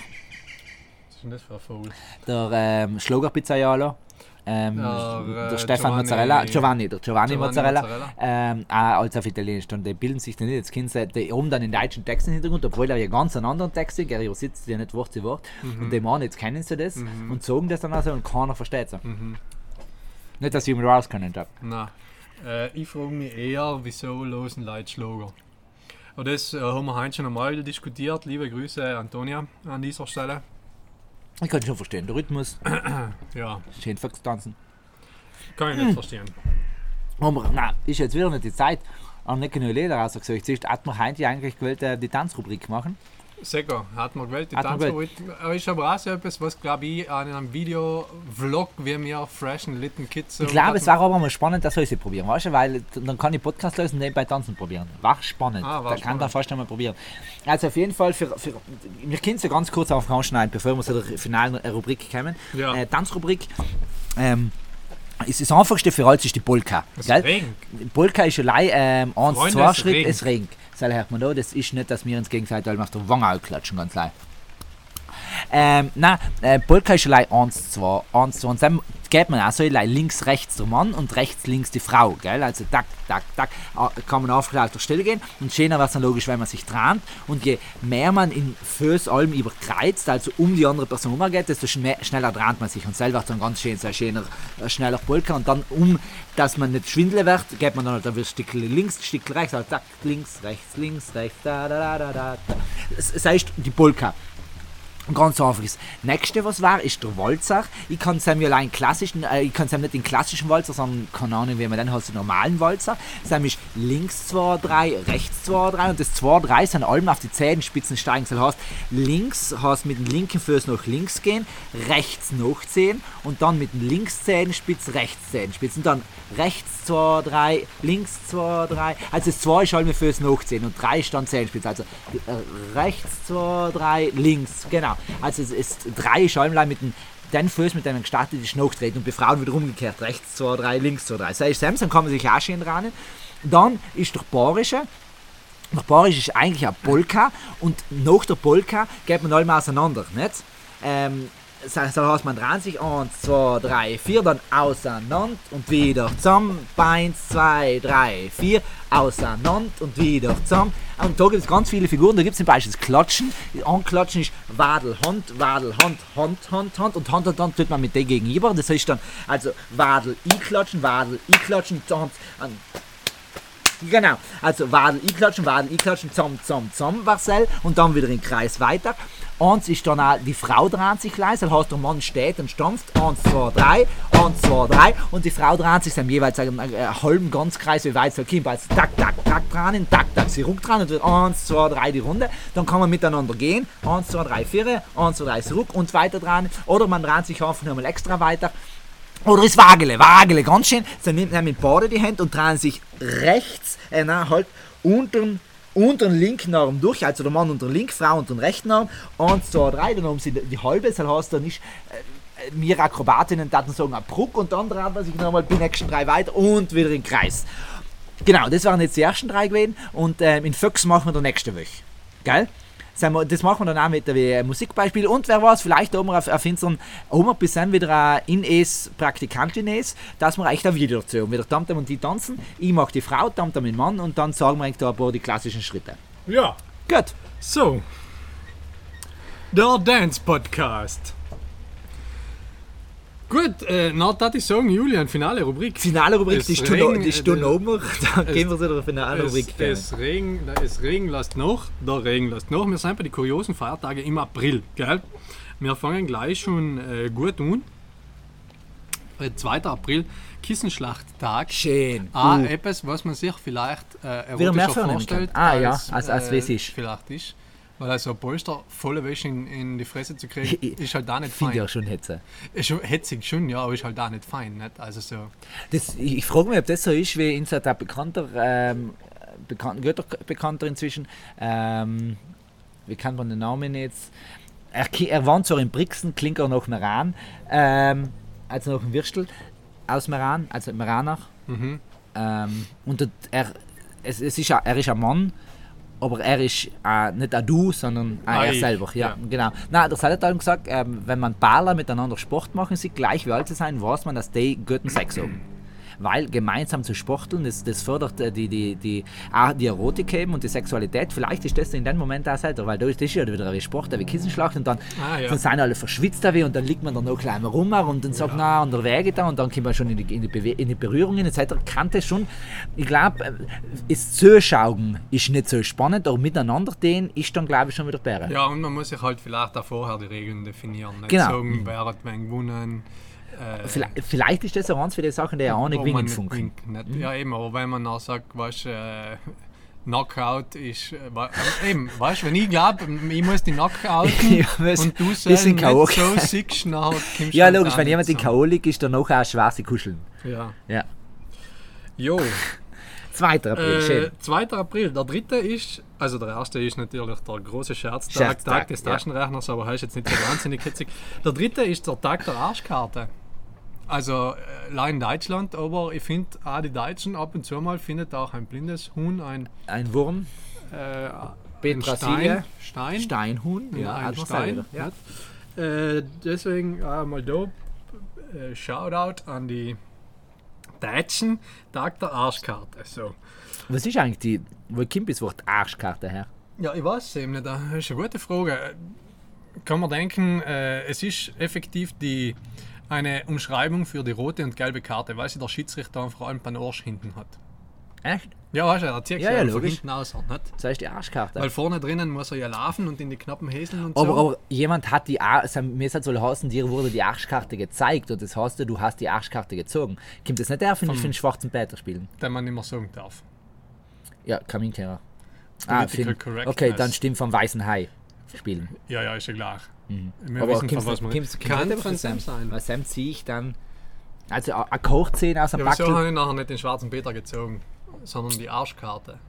ist denn das für ein Vogel? der ähm, Schlagerpizzaiolo. Ähm, Der, der äh, Stefan Giovanni- Mozzarella, Giovanni, der Giovanni, Giovanni Mozzarella, Mozzarella. Ähm, auch als auf Italienisch. Und die bilden sich dann nicht, jetzt kennen sie die oben dann den deutschen Text im Hintergrund, obwohl er ja ganz einen anderen Text singt, er übersetzt ja nicht Wort zu Wort. Mhm. Und die Mann, jetzt kennen sie das und sagen das dann also und keiner versteht es. Mhm. Nicht, dass ich mich raus können. Nein. Äh, ich frage mich eher, wieso losen Leute Schlager? Und das äh, haben wir heute schon einmal diskutiert. Liebe Grüße, Antonia, an dieser Stelle. Ich kann schon verstehen, der Rhythmus, Ja, schön tanzen. kann ich nicht verstehen. Aber nein, ist jetzt wieder nicht die Zeit. Und nicht genug Leder rausgesucht. Siehst, hat man heute eigentlich gewählt, äh, die Tanzrubrik machen. Sicher, hat man gewählt, die Hat man Tanzrubrik. Äh, Ist aber auch so etwas, was glaube ich an einem Video-Vlog, wie wir freshen Litten Kids so Ich glaube, hatten. es war aber mal spannend, das soll ich probieren, weißt du? Weil dann kann ich Podcast lösen und nebenbei tanzen probieren. War spannend. Ah, war da kann spannend. dann fast einmal probieren. Also auf jeden Fall, für, für, wir können es ja ganz kurz auf rausschneiden, bevor wir zu der finalen Rubrik kommen. Ja. Äh, Tanzrubrik. Ähm, ist das einfachste für alles ist die Polka. Es Gell? regnet. Polka ist allein ähm, eins, Freunde, zwei es Schritt, regnet. es regnet. Das hört man da, das ist nicht, dass wir uns gegenseitig auf der Wange klatschen, ganz leicht. Ähm, nein, äh, Polka ist allein eins, zwei, eins, zwei und dann geht man auch so allein links, rechts der Mann und rechts, links die Frau, gell? Also tak, tak, tak, äh, kann man aufgestellt auf der Stelle gehen und schöner wäre es dann logisch, wenn man sich dran und je mehr man in Föß allem überkreuzt, also um die andere Person umgeht, desto schne- schneller dran man sich und selber dann ganz schön, sehr schöner, äh, schneller Polka und dann um, dass man nicht schwindelig wird, geht man dann halt ein Stückchen links, ein Stückchen rechts, also tak, links, rechts, links, rechts, da, da, da, da, da. Das, das heißt die Polka. Ganz einfach. Das nächste, was war, ist der Walzer. Ich kann es ja allein klassischen, äh, ich kann es nicht den klassischen Walzer, sondern keine Ahnung, wie man dann heißt, den normalen Walzer. Das ist links zwei, drei, rechts zwei, drei und das zwei, drei sind allem auf die Zehenspitzen steigen. Das heißt, links heißt mit dem linken Fuß nach links gehen, rechts nachziehen und dann mit dem links Zehenspitz, rechts Zehenspitz und dann rechts zwei, drei, links zwei, drei. Also das zwei ist allem mit Fuß nachziehen und drei ist dann Zehenspitz. Also äh, rechts zwei, drei, links, genau. Also es ist drei Schalmlein mit dem den Fuß mit einem gestartet ist nachtreten und bei Frauen wieder umgekehrt. Rechts zwei, drei, links zwei, drei. Das heißt, Samson kann man sich auch schön ran. Dann ist der Bayerische. Der Bayerische ist eigentlich eine Polka und nach der Polka geht man alle auseinander. Nicht? Ähm, so heißt man dran sich, eins, zwei, drei, vier, dann auseinander und wieder zusammen, eins, zwei, drei, vier, auseinander und wieder zusammen. Und da gibt es ganz viele Figuren, da gibt es zum Beispiel das Klatschen. Anklatschen ist Wadel, Hand, Wadel, Hand, Hand, Hand, Hand und Hand und Hand tut man mit dem gegenüber. Das heißt dann, also Wadel, I-Klatschen, Wadel, I-Klatschen, Hand, an. Genau, also Wadel, I-Klatschen, Wadel, I-Klatschen, zusammen, zusammen, zusammen, Marcel, und dann wieder im Kreis weiter. Eins ist dann auch die Frau dreht sich gleich, das heißt, der Mann steht und stampft, eins, zwei, drei, eins, zwei, drei, und die Frau dreht sich dann jeweils einen, einen halben Ganzkreis, wie weit es kommt, also tak, tak, tak dran, tak, tak, sie ruckt dran und wird eins, zwei, drei die Runde, dann kann man miteinander gehen, eins, zwei, drei, vier, eins, zwei, drei, zurück und weiter dran, oder man dreht sich einfach nochmal extra weiter. Oder ist Wagele, Wagele, ganz schön. Sie nehmen mit beide die Hände und drehen sich rechts, äh, nein, halt unter den linken Arm durch, also der Mann unter den linken, Frau unter den rechten Arm. Eins, zwei, drei, dann haben sie die halbe, das heißt dann ist, äh, wir Akrobatinnen daten sagen, ein Bruck und dann drehen wir sich nochmal die nächsten drei weiter und wieder im Kreis. Genau, das waren jetzt die ersten drei gewesen und ähm, in Föx machen wir der nächste Woche. Geil? Das machen wir dann auch mit dem Musikbeispiel. Und wer weiß, vielleicht haben wir auf, auf unseren Oma bis dann wieder eine in-es Praktikantin ist, dass wir echt ein Video dazu haben. Wir Tamtam und die tanzen, ich mache die Frau, Tamtam mit dem Mann und dann sagen wir eigentlich da ein paar die klassischen Schritte. Ja. Gut. So. Der Dance Podcast. Gut, äh, na, das ich sagen, Julian, finale Rubrik. Finale Rubrik, Es die Stunde, Regen- die Stunde äh, oben, da es- gehen wir zu der finale Es, Rubrik. es, Regen, es Regen lässt nach, der Regen lässt nach. Wir sind bei den kuriosen Feiertagen im April, gell? Wir fangen gleich schon äh, gut an. Äh, zweiter April, Kissenschlachttag. Schön. Ah, Uh. etwas, was man sich vielleicht äh, Wieder mehr erotischer vornehmen vorstellt, kann. Ah, ja, als- als wie es ist. vielleicht ist. Weil also ein Polster volle Wäsche in, in die Fresse zu kriegen, ist halt da nicht Finde ich fein. auch schon Hetze. Ist schon hetzig schon, ja, aber ist halt da nicht fein. Nicht? Also so. Das, ich ich frage mich, ob das so ist wie in so ein bekannter, ähm, bekannt, guter bekannter inzwischen, ähm, wie kann man den Namen jetzt? Er, ki- er wohnt zwar in Brixen, klingt auch nach Meran, ähm, also nach dem Würstel aus Meran, also Meranach. Mhm. Ähm, und dort- er, es, es ist, ein- er ist ein Mann, aber er ist äh, nicht ein Du, sondern äh, Ah, er ich, selber. Ja, ja. genau. Na, der Seite hat gesagt, ähm, wenn man Paarler miteinander Sport machen sieht, gleich wie alt sie sein, weiß man, dass die guten Sex haben. Weil gemeinsam zu sporteln, das, das fördert äh, die, die, die, auch die Erotik eben und die Sexualität. Vielleicht ist das in dem Moment auch selber, weil da ist das ja wieder wie Sport, wie Kissenschlacht und dann, Ah, ja. dann sind alle verschwitzt da wie und dann liegt man da noch klein rum und dann sagt, na, und der Wege da und dann kommt man schon in die, in die, Bewe- in die Berührungen et cetera. Kann das schon, ich glaube, das Zuschauen ist nicht so spannend, aber miteinander den ist dann, glaube ich, schon wieder besser. Ja, und man muss sich halt vielleicht auch vorher die Regeln definieren. Nicht Genau. sagen, wer hat wen gewonnen. Äh, Vielleicht, vielleicht ist das auch eins für die Sachen, die ja auch nicht wo gewinnen man nicht funken. gewinnt, nicht? Ja, eben, aber wenn man dann sagt, weißt du, äh, Knockout ist. Äh, wa- äh, eben, weißt du, wenn ich glaube, ich muss die Knockouten Ja, was- und du bisschen selber K O. nicht so siehst, nachher kommst du Ja, halt logisch, auch wenn nicht jemand in so. K O liegt, ist dann auch auch schwer zu kuscheln. Ja. Ja. Jo. zweiter April, schön. Äh, zweiter April, der dritte ist, also der erste ist natürlich der große Scherztag, Scherztag, Tag des ja. Taschenrechners, aber er ist jetzt nicht so wahnsinnig hitzig. Der dritte ist der Tag der Arschkarte. Also äh, allein in Deutschland, aber ich finde auch die Deutschen ab und zu mal findet auch ein blindes Huhn ein, Ein Wurm, äh, ein Petersilie, Stein, Stein, Steinhuhn, ja, hat ein man Stein. selber, ja. nicht? Äh, deswegen äh, mal da äh, Shoutout an die Deutschen, Tag der Arschkarte. So. Was ist eigentlich die, wo kommt das Wort Arschkarte her? Ja, ich weiß es eben nicht. Das ist eine gute Frage. Kann man denken, äh, es ist effektiv die, eine Umschreibung für die rote und gelbe Karte, weil sie der Schiedsrichter vor allem beim Arsch hinten hat. Echt? Ja, weißt du, er zieht Ja, sich ja, von logisch. hinten aus. Nicht? Das heißt die Arschkarte. Weil vorne drinnen muss er ja laufen und in die Knappen häseln und aber, so. aber jemand hat die, Ar- also mir sagt so heißen, dir wurde die Arschkarte gezeigt und das heißt, du hast die Arschkarte gezogen. Kommt das nicht der, finde ich, für den schwarzen Peter spielen? Den man nicht mehr sagen darf. Ja, Kaminkehrer. Ah, Political Film. correctness. Okay, dann stimmt vom Weißen Hai spielen. Ja, ja, ist ja klar. Wir Aber wissen, von kommst was du- man kommst du- kann kommst du von einfach Sam Sam sein. Weil Sam ziehe ich dann. Also a- eine Kochszene aus dem Ja, wieso Backel. habe ich nachher nicht den schwarzen Peter gezogen, sondern die Arschkarte?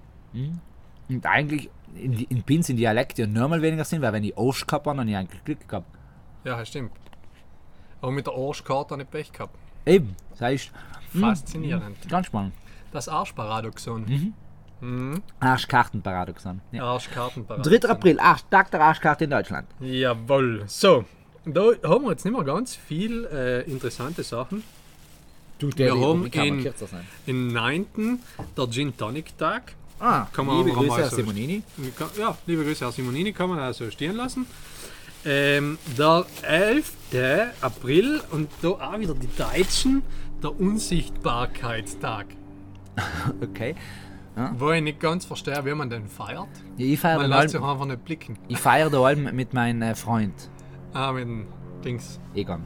Und eigentlich in, die- in Pins in Dialekt ja normal weniger sind, weil wenn ich Arsch gehabt habe, dann habe ich eigentlich Glück gehabt. Ja, das stimmt. Aber mit der Arschkarte habe ich Pech gehabt. Eben, das heißt, Faszinierend. ganz spannend. Das Arschparadoxon. Mhm. Mhm. Arschkartenparadoxon. Ja. Arschkartenparadoxon. dritter April, Arsch, Tag der Arschkarte in Deutschland. Jawohl. So, da haben wir jetzt nicht mehr ganz viel äh, interessante Sachen. Du, der Wir haben kann in- kürzer sein. Im neunten der Gin Tonic Tag. Ah, Kann man liebe aber Grüße, mal Herr so- Simonini. Ja, liebe Grüße, Herr Simonini, kann man also stehen lassen. Ähm, der elfte April und da auch wieder die Deutschen, der Unsichtbarkeitstag. Okay. Wo ich nicht ganz verstehe, wie man den feiert. Ja, ich feiere Man da lässt sich allem, einfach nicht blicken. ich feiere da allem mit meinem äh, Freund Ah, mit dem Dings. Egon.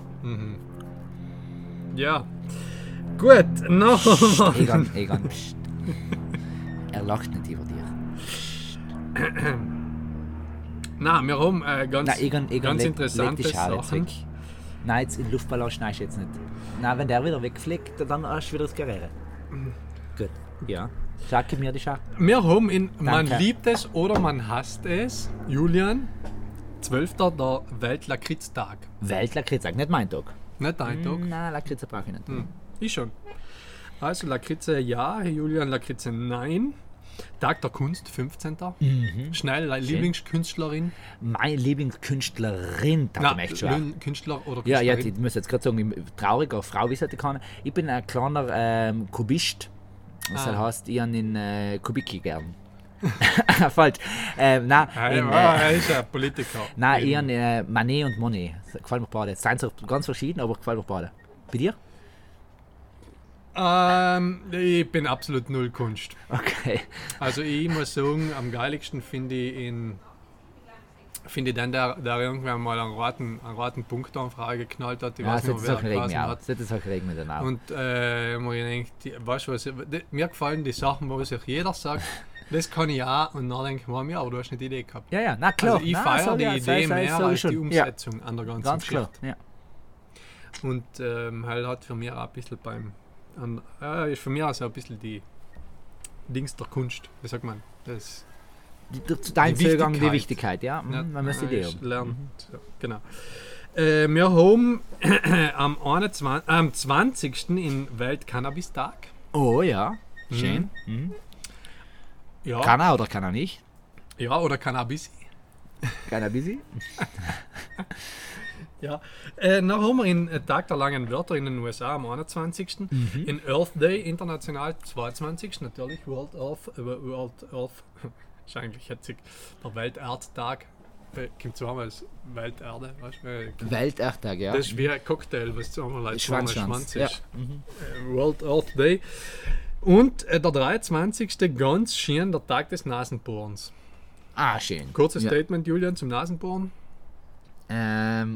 Ja. Gut, noch einmal. Egon, Egon, pst. Er lacht nicht über dir. Nein, wir haben äh, ganz, Nein, Egon, Egon ganz leg, interessante leg die Schale Sachen. zurück. Nein, jetzt in den Luftballon schneidest du jetzt nicht. Nein, wenn der wieder wegfliegt, dann hast du wieder das Gerät. Gut, ja. Sag gib mir die Schale. Wir haben in Man Danke. liebt es oder man hasst es, Julian, zwölfter der Weltlakritztag. Weltlakritztag, nicht mein Tag. Nicht dein Tag? Nein, Lakritze brauche ich nicht. Hm, ich schon. Also Lakritze ja, Julian Lakritze nein. Tag der Kunst, fünfzehnter Schnell, Lieblingskünstlerin. Meine Lieblingskünstlerin, das Nein, ist echt schwer. Lün- Künstler oder Ja, ja, Künstlerin. ich muss jetzt gerade sagen, ich- traurig, eine Frau wissen die kann. Ich bin ein kleiner ähm, Kubist. Das Ah. heißt, ich habe in äh, Kubicki gern. Falsch. Ähm, nein, Ja, in, ja, äh, er ist ein Politiker. nein, ich habe äh, Manet und Monet. Das gefällt mir beide. Seien zwar ganz verschieden, aber gefällt mir beide. Bei dir? Ähm, ich bin absolut null Kunst. Okay. Also ich muss sagen, am geilsten finde ich in finde ich den, der, der irgendwann mal einen roten, einen roten Punkt an Frage geknallt hat. Ich Ja, weiß nicht, solche wer Sachen er regen mich gelesen auch. hat. Solche Sachen regen mich dann auch. Und äh, wo ich denke, die, weißt du was, die, mir gefallen die Sachen, wo sich jeder sagt, das kann ich auch, und dann denke ich mir, ja, aber du hast nicht die Idee gehabt. ja, ja, na klar. Also ich Nein, feiere sag die ja, Idee sei- sei- mehr sag ich als die schon. Umsetzung an der Ja, ganzen ganz klar. Geschichte. Ja. Und ähm, halt hat für mich auch ein bisschen beim, an, äh, ist für mich auch so ein bisschen die Dings der Kunst, wie sagt man, das Die- Zu deinem Die Zugang die Wichtigkeit. Wichtigkeit, ja. Mhm, Ja, man muss die äh, Idee ich haben. lernen. So, genau. Äh, wir haben am, einundzwanzigsten, am zwanzigsten in Welt-Cannabis-Tag. Oh ja, schön. Mhm. Ja, Kann er oder kann er nicht? ja, oder Cannabis. Cannabis? Ja. Äh, dann haben wir in äh, Tag der langen Wörter in den U S A am einundzwanzigsten Mhm. In Earth Day international zweiundzwanzigsten natürlich World Earth, äh, World Earth, ist eigentlich hetzig, der Welterdtag. Äh, kommt zweimal als Welterde, weißt du? Äh, Weltertag, ja. Das ist wie ein Cocktail, was zweimal als zweimal Schwanz, Schwanz ja. ist. Äh, World Earth Day. Und äh, der dreiundzwanzigste ganz schön der Tag des Nasenbohrens. Ah, schön. Kurzes ja. Statement, Julian, zum Nasenbohren. Ähm,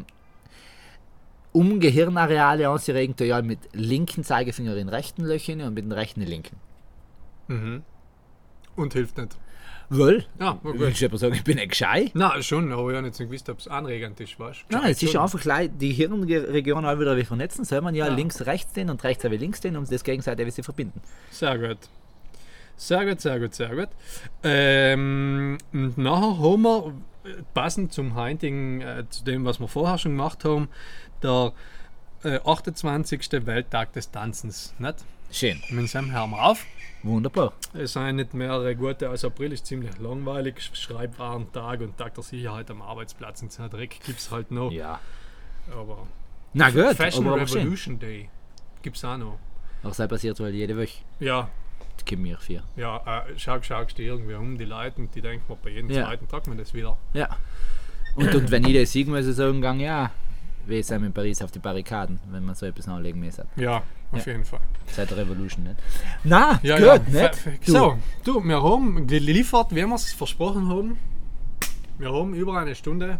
um Gehirnareale anzuregen, tue ich halt mit linken Zeigefinger in rechten Löchern und mit dem rechten in linken. Mhm. Und hilft nicht. Wohl? Ja, war gut. Willst du aber sagen, ich bin nicht gescheit? Na, schon, aber ich habe jetzt nicht gewusst, ob es anregend ist, weißt du? Nein, es ist schon. einfach gleich die Hirnregionen auch wieder wie vernetzen. Soll man ja, Ja. links, rechts den und rechts wie links den, um das gegenseitig wie sie verbinden. Sehr gut. Sehr gut, sehr gut, sehr gut. Ähm, und nachher haben wir, äh, passend zum heutigen, äh, zu dem, was wir vorher schon gemacht haben, der äh, achtundzwanzigste Welttag des Tanzens. Nicht? Schön. Mit dem hören wir auf. Wunderbar. Es sind nicht mehrere gute, also April ist ziemlich langweilig, Schreibwarentag und Tag der Sicherheit am Arbeitsplatz und so ein Dreck gibt es halt noch. Ja. Aber Na gut, Fashion aber, aber schön. Revolution Day gibt es auch noch. Aber das passiert wohl jede Woche. Ja, Das kommen wir vier. ja, äh, schau, schaust du irgendwie um die Leute und die denken mir bei jedem Ja. zweiten Tag man das wieder. Ja. Und, und wenn ich das sehe, muss ich sagen, gang, ja, wir sind in Paris auf die Barrikaden, wenn man so etwas anlegen muss. Ja, auf Ja. jeden Fall. Seit der Revolution, nicht? Na, Ja, gut, ja. nicht? F- Du, So, du, wir haben geliefert, wie wir es versprochen haben. Wir haben über eine Stunde.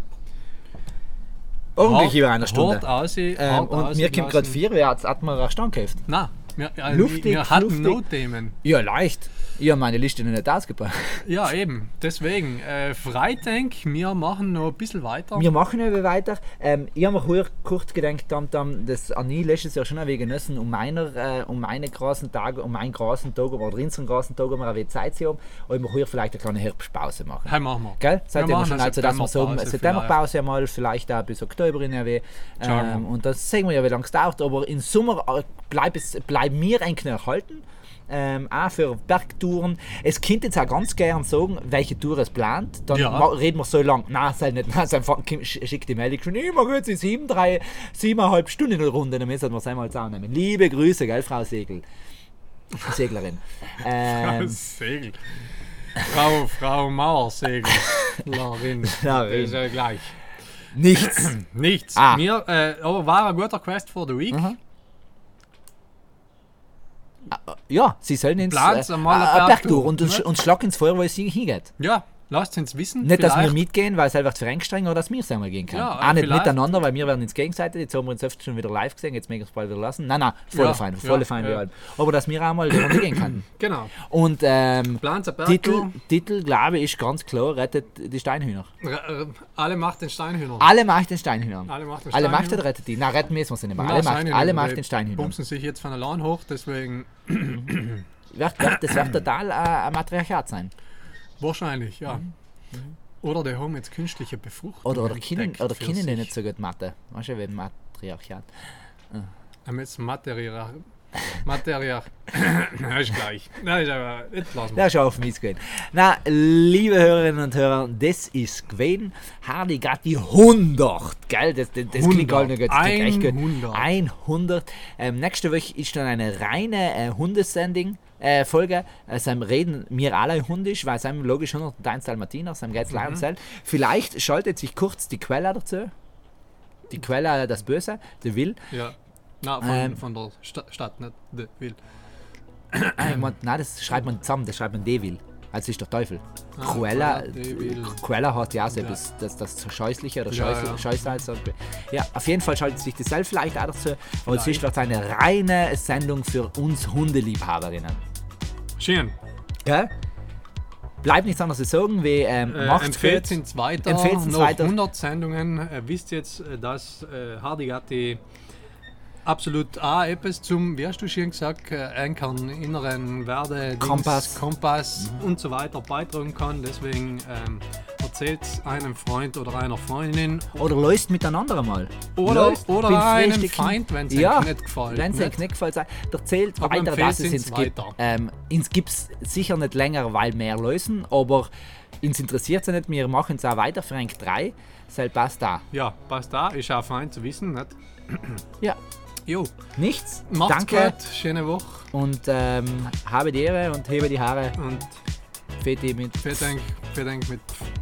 ordentlich über eine Stunde. Hart aus, Ähm, hart und mir kommt gerade vier, wer hat hat mir einen Stand gehabt? Nein, wir, äh, Luftig, wir hatten luftig. no Themen. Ja, leicht. Ich habe meine Liste noch nicht ausgebracht. Ja, eben. Deswegen, äh, Freitag, wir machen noch ein bisschen weiter. Wir machen aber weiter. Ähm, ich habe mir hier kurz gedacht, dann, dann, das Anni letztes Jahr schon ein wenig genossen, um meiner, äh, um meine großen Tage, um meinen großen Tag oder unseren großen Tag, um ein wenig Zeit zu haben, und wir hier vielleicht eine kleine Herbstpause machen. Hey, machen wir. Gell? Seitdem wir machen schon, eine also dass wir so Septemberpause Septemberpause einmal, vielleicht auch bis Oktober in R W. Schauen wir. Ähm, und das sehen wir ja, wie lange es dauert. Aber im Sommer äh, bleib es, bleib mir ein erhalten. ähm, auch für Bergtouren. Es könnte jetzt auch ganz gern sagen, welche Tour es plant. Dann Ja. ma- reden wir so lang. Nein, sei nicht. Nein, sei einfach, sch- schickt die Meldung schon immer gut, sie sieben, drei, siebeneinhalb Stunden in der Runde. Dann müssen wir es einmal zusammennehmen. Liebe Grüße, gell, Frau Segel. Seglerin. Ähm, Segel. Frau, Frau Mauersegel. Larin. Larin. Ist ja gleich. nichts. Nichts. Ah. Mir, äh, aber war ein guter Quest for the Week. Mhm. Ja, sie sollen ins Plant's äh, einmal eine äh, Bergtour Bergtour, und, uns- ne? und schlag ins Feuer, wo es hingeht. Ja, lasst uns wissen. Nicht, dass wir vielleicht- mitgehen, weil es einfach zu anstrengend oder dass wir es einmal gehen können. Ja, auch nicht vielleicht- miteinander, weil wir werden ins Gegenseitig. Jetzt haben wir uns öfter schon wieder live gesehen, jetzt mögen wir es bald wieder lassen. Nein, nein, volle Ja, fein, volle ja, fein ja. wie alt. Aber dass wir auch mal die Runde gehen können. Genau. Und ähm, Plant's eine Titel, Bergtour. Titel, glaube ich, ist ganz klar, rettet die Steinhühner. R- r- Alle macht den Steinhühner. Alle Macht den Steinhühnern. Alle Macht den Alle Macht Steinhühnern. rettet die. Nein, retten müssen wir sie nicht mehr. Na, Alle Macht, Steinhühner, alle die Macht den Steinhühnern. Bumsen sich jetzt von allein hoch, deswegen Wird, wird, das wird total äh, ein Matriarchat sein. wahrscheinlich, ja. Oder die haben jetzt künstliche Befruchtung. Oder, oder Kinder, entdeckt oder für Kinder die sich. nicht so gut Mathe. Weißt du, wie Matriarchat. Haben jetzt Materia. Materia. Na, ist gleich. Nein, ist aber. Jetzt lassen wir. Der ist schon auf mich gewesen. Na, liebe Hörerinnen und Hörer, das ist gewesen Hardy Gatti hundert. Gell? Das, das, das klingt gar nicht gut. Das klingt echt gut. hundert. hundert. Ähm, nächste Woche ist dann eine reine äh, Hundesending. Äh, Folge, äh, seinem reden wir alle hundisch, weil seinem logisch hundert eins Dalmatiner, seinem geht's mhm. um Vielleicht schaltet sich kurz die Quelle dazu. Die Quelle, das Böse, der Will. Ja. Na, von, Ähm. von der Sta Stadt, nicht der Will. Ah, ich mein, nein, das schreibt man zusammen, das schreibt man Devil. Also ist der Teufel. Ah, Cruella, Cruella de Vil. Cruella hat ja so Ja. etwas, das, das Scheußliche oder Ja, Scheuße, ja. Scheuße. Ja, auf jeden Fall schaltet sich das selbst vielleicht auch dazu. Aber es Vielleicht. ist wird eine reine Sendung für uns Hundeliebhaberinnen. Schön. Gell? Bleibt nichts anderes zu sagen, wie ähm, Äh, macht's empfehlt gut. uns weiter. Empfehlt uns Noch weiter. hundert Sendungen. Äh, wisst jetzt, äh, dass äh, Hardy Gatti absolut auch etwas zum, wie hast du schon gesagt, äh, Ankern, inneren Werde, Kompass. Kompass und so weiter beitragen kann. Deswegen ähm, erzählt einem Freund oder einer Freundin Oder löst miteinander mal. oder, Löst, oder bin einem Frühstück- Feind, wenn es ja, euch nicht gefällt. wenn es euch nicht? nicht gefällt, sei- erzählt Aber weiter, empfehlt dass es uns uns gibt. weiter. Ähm, uns gibt es sicher nicht länger, weil mehr lösen, aber uns interessiert es nicht. Wir machen es auch weiter, Frank drei. Selbst passt da. Ja, passt da, ist auch fein zu wissen. Nicht? Ja, Jo, nichts. macht's Danke gut, schöne Woche und ähm, habe die Ehre und hebe die Haare. und Feti mit vielen Dank, vielen Dank mit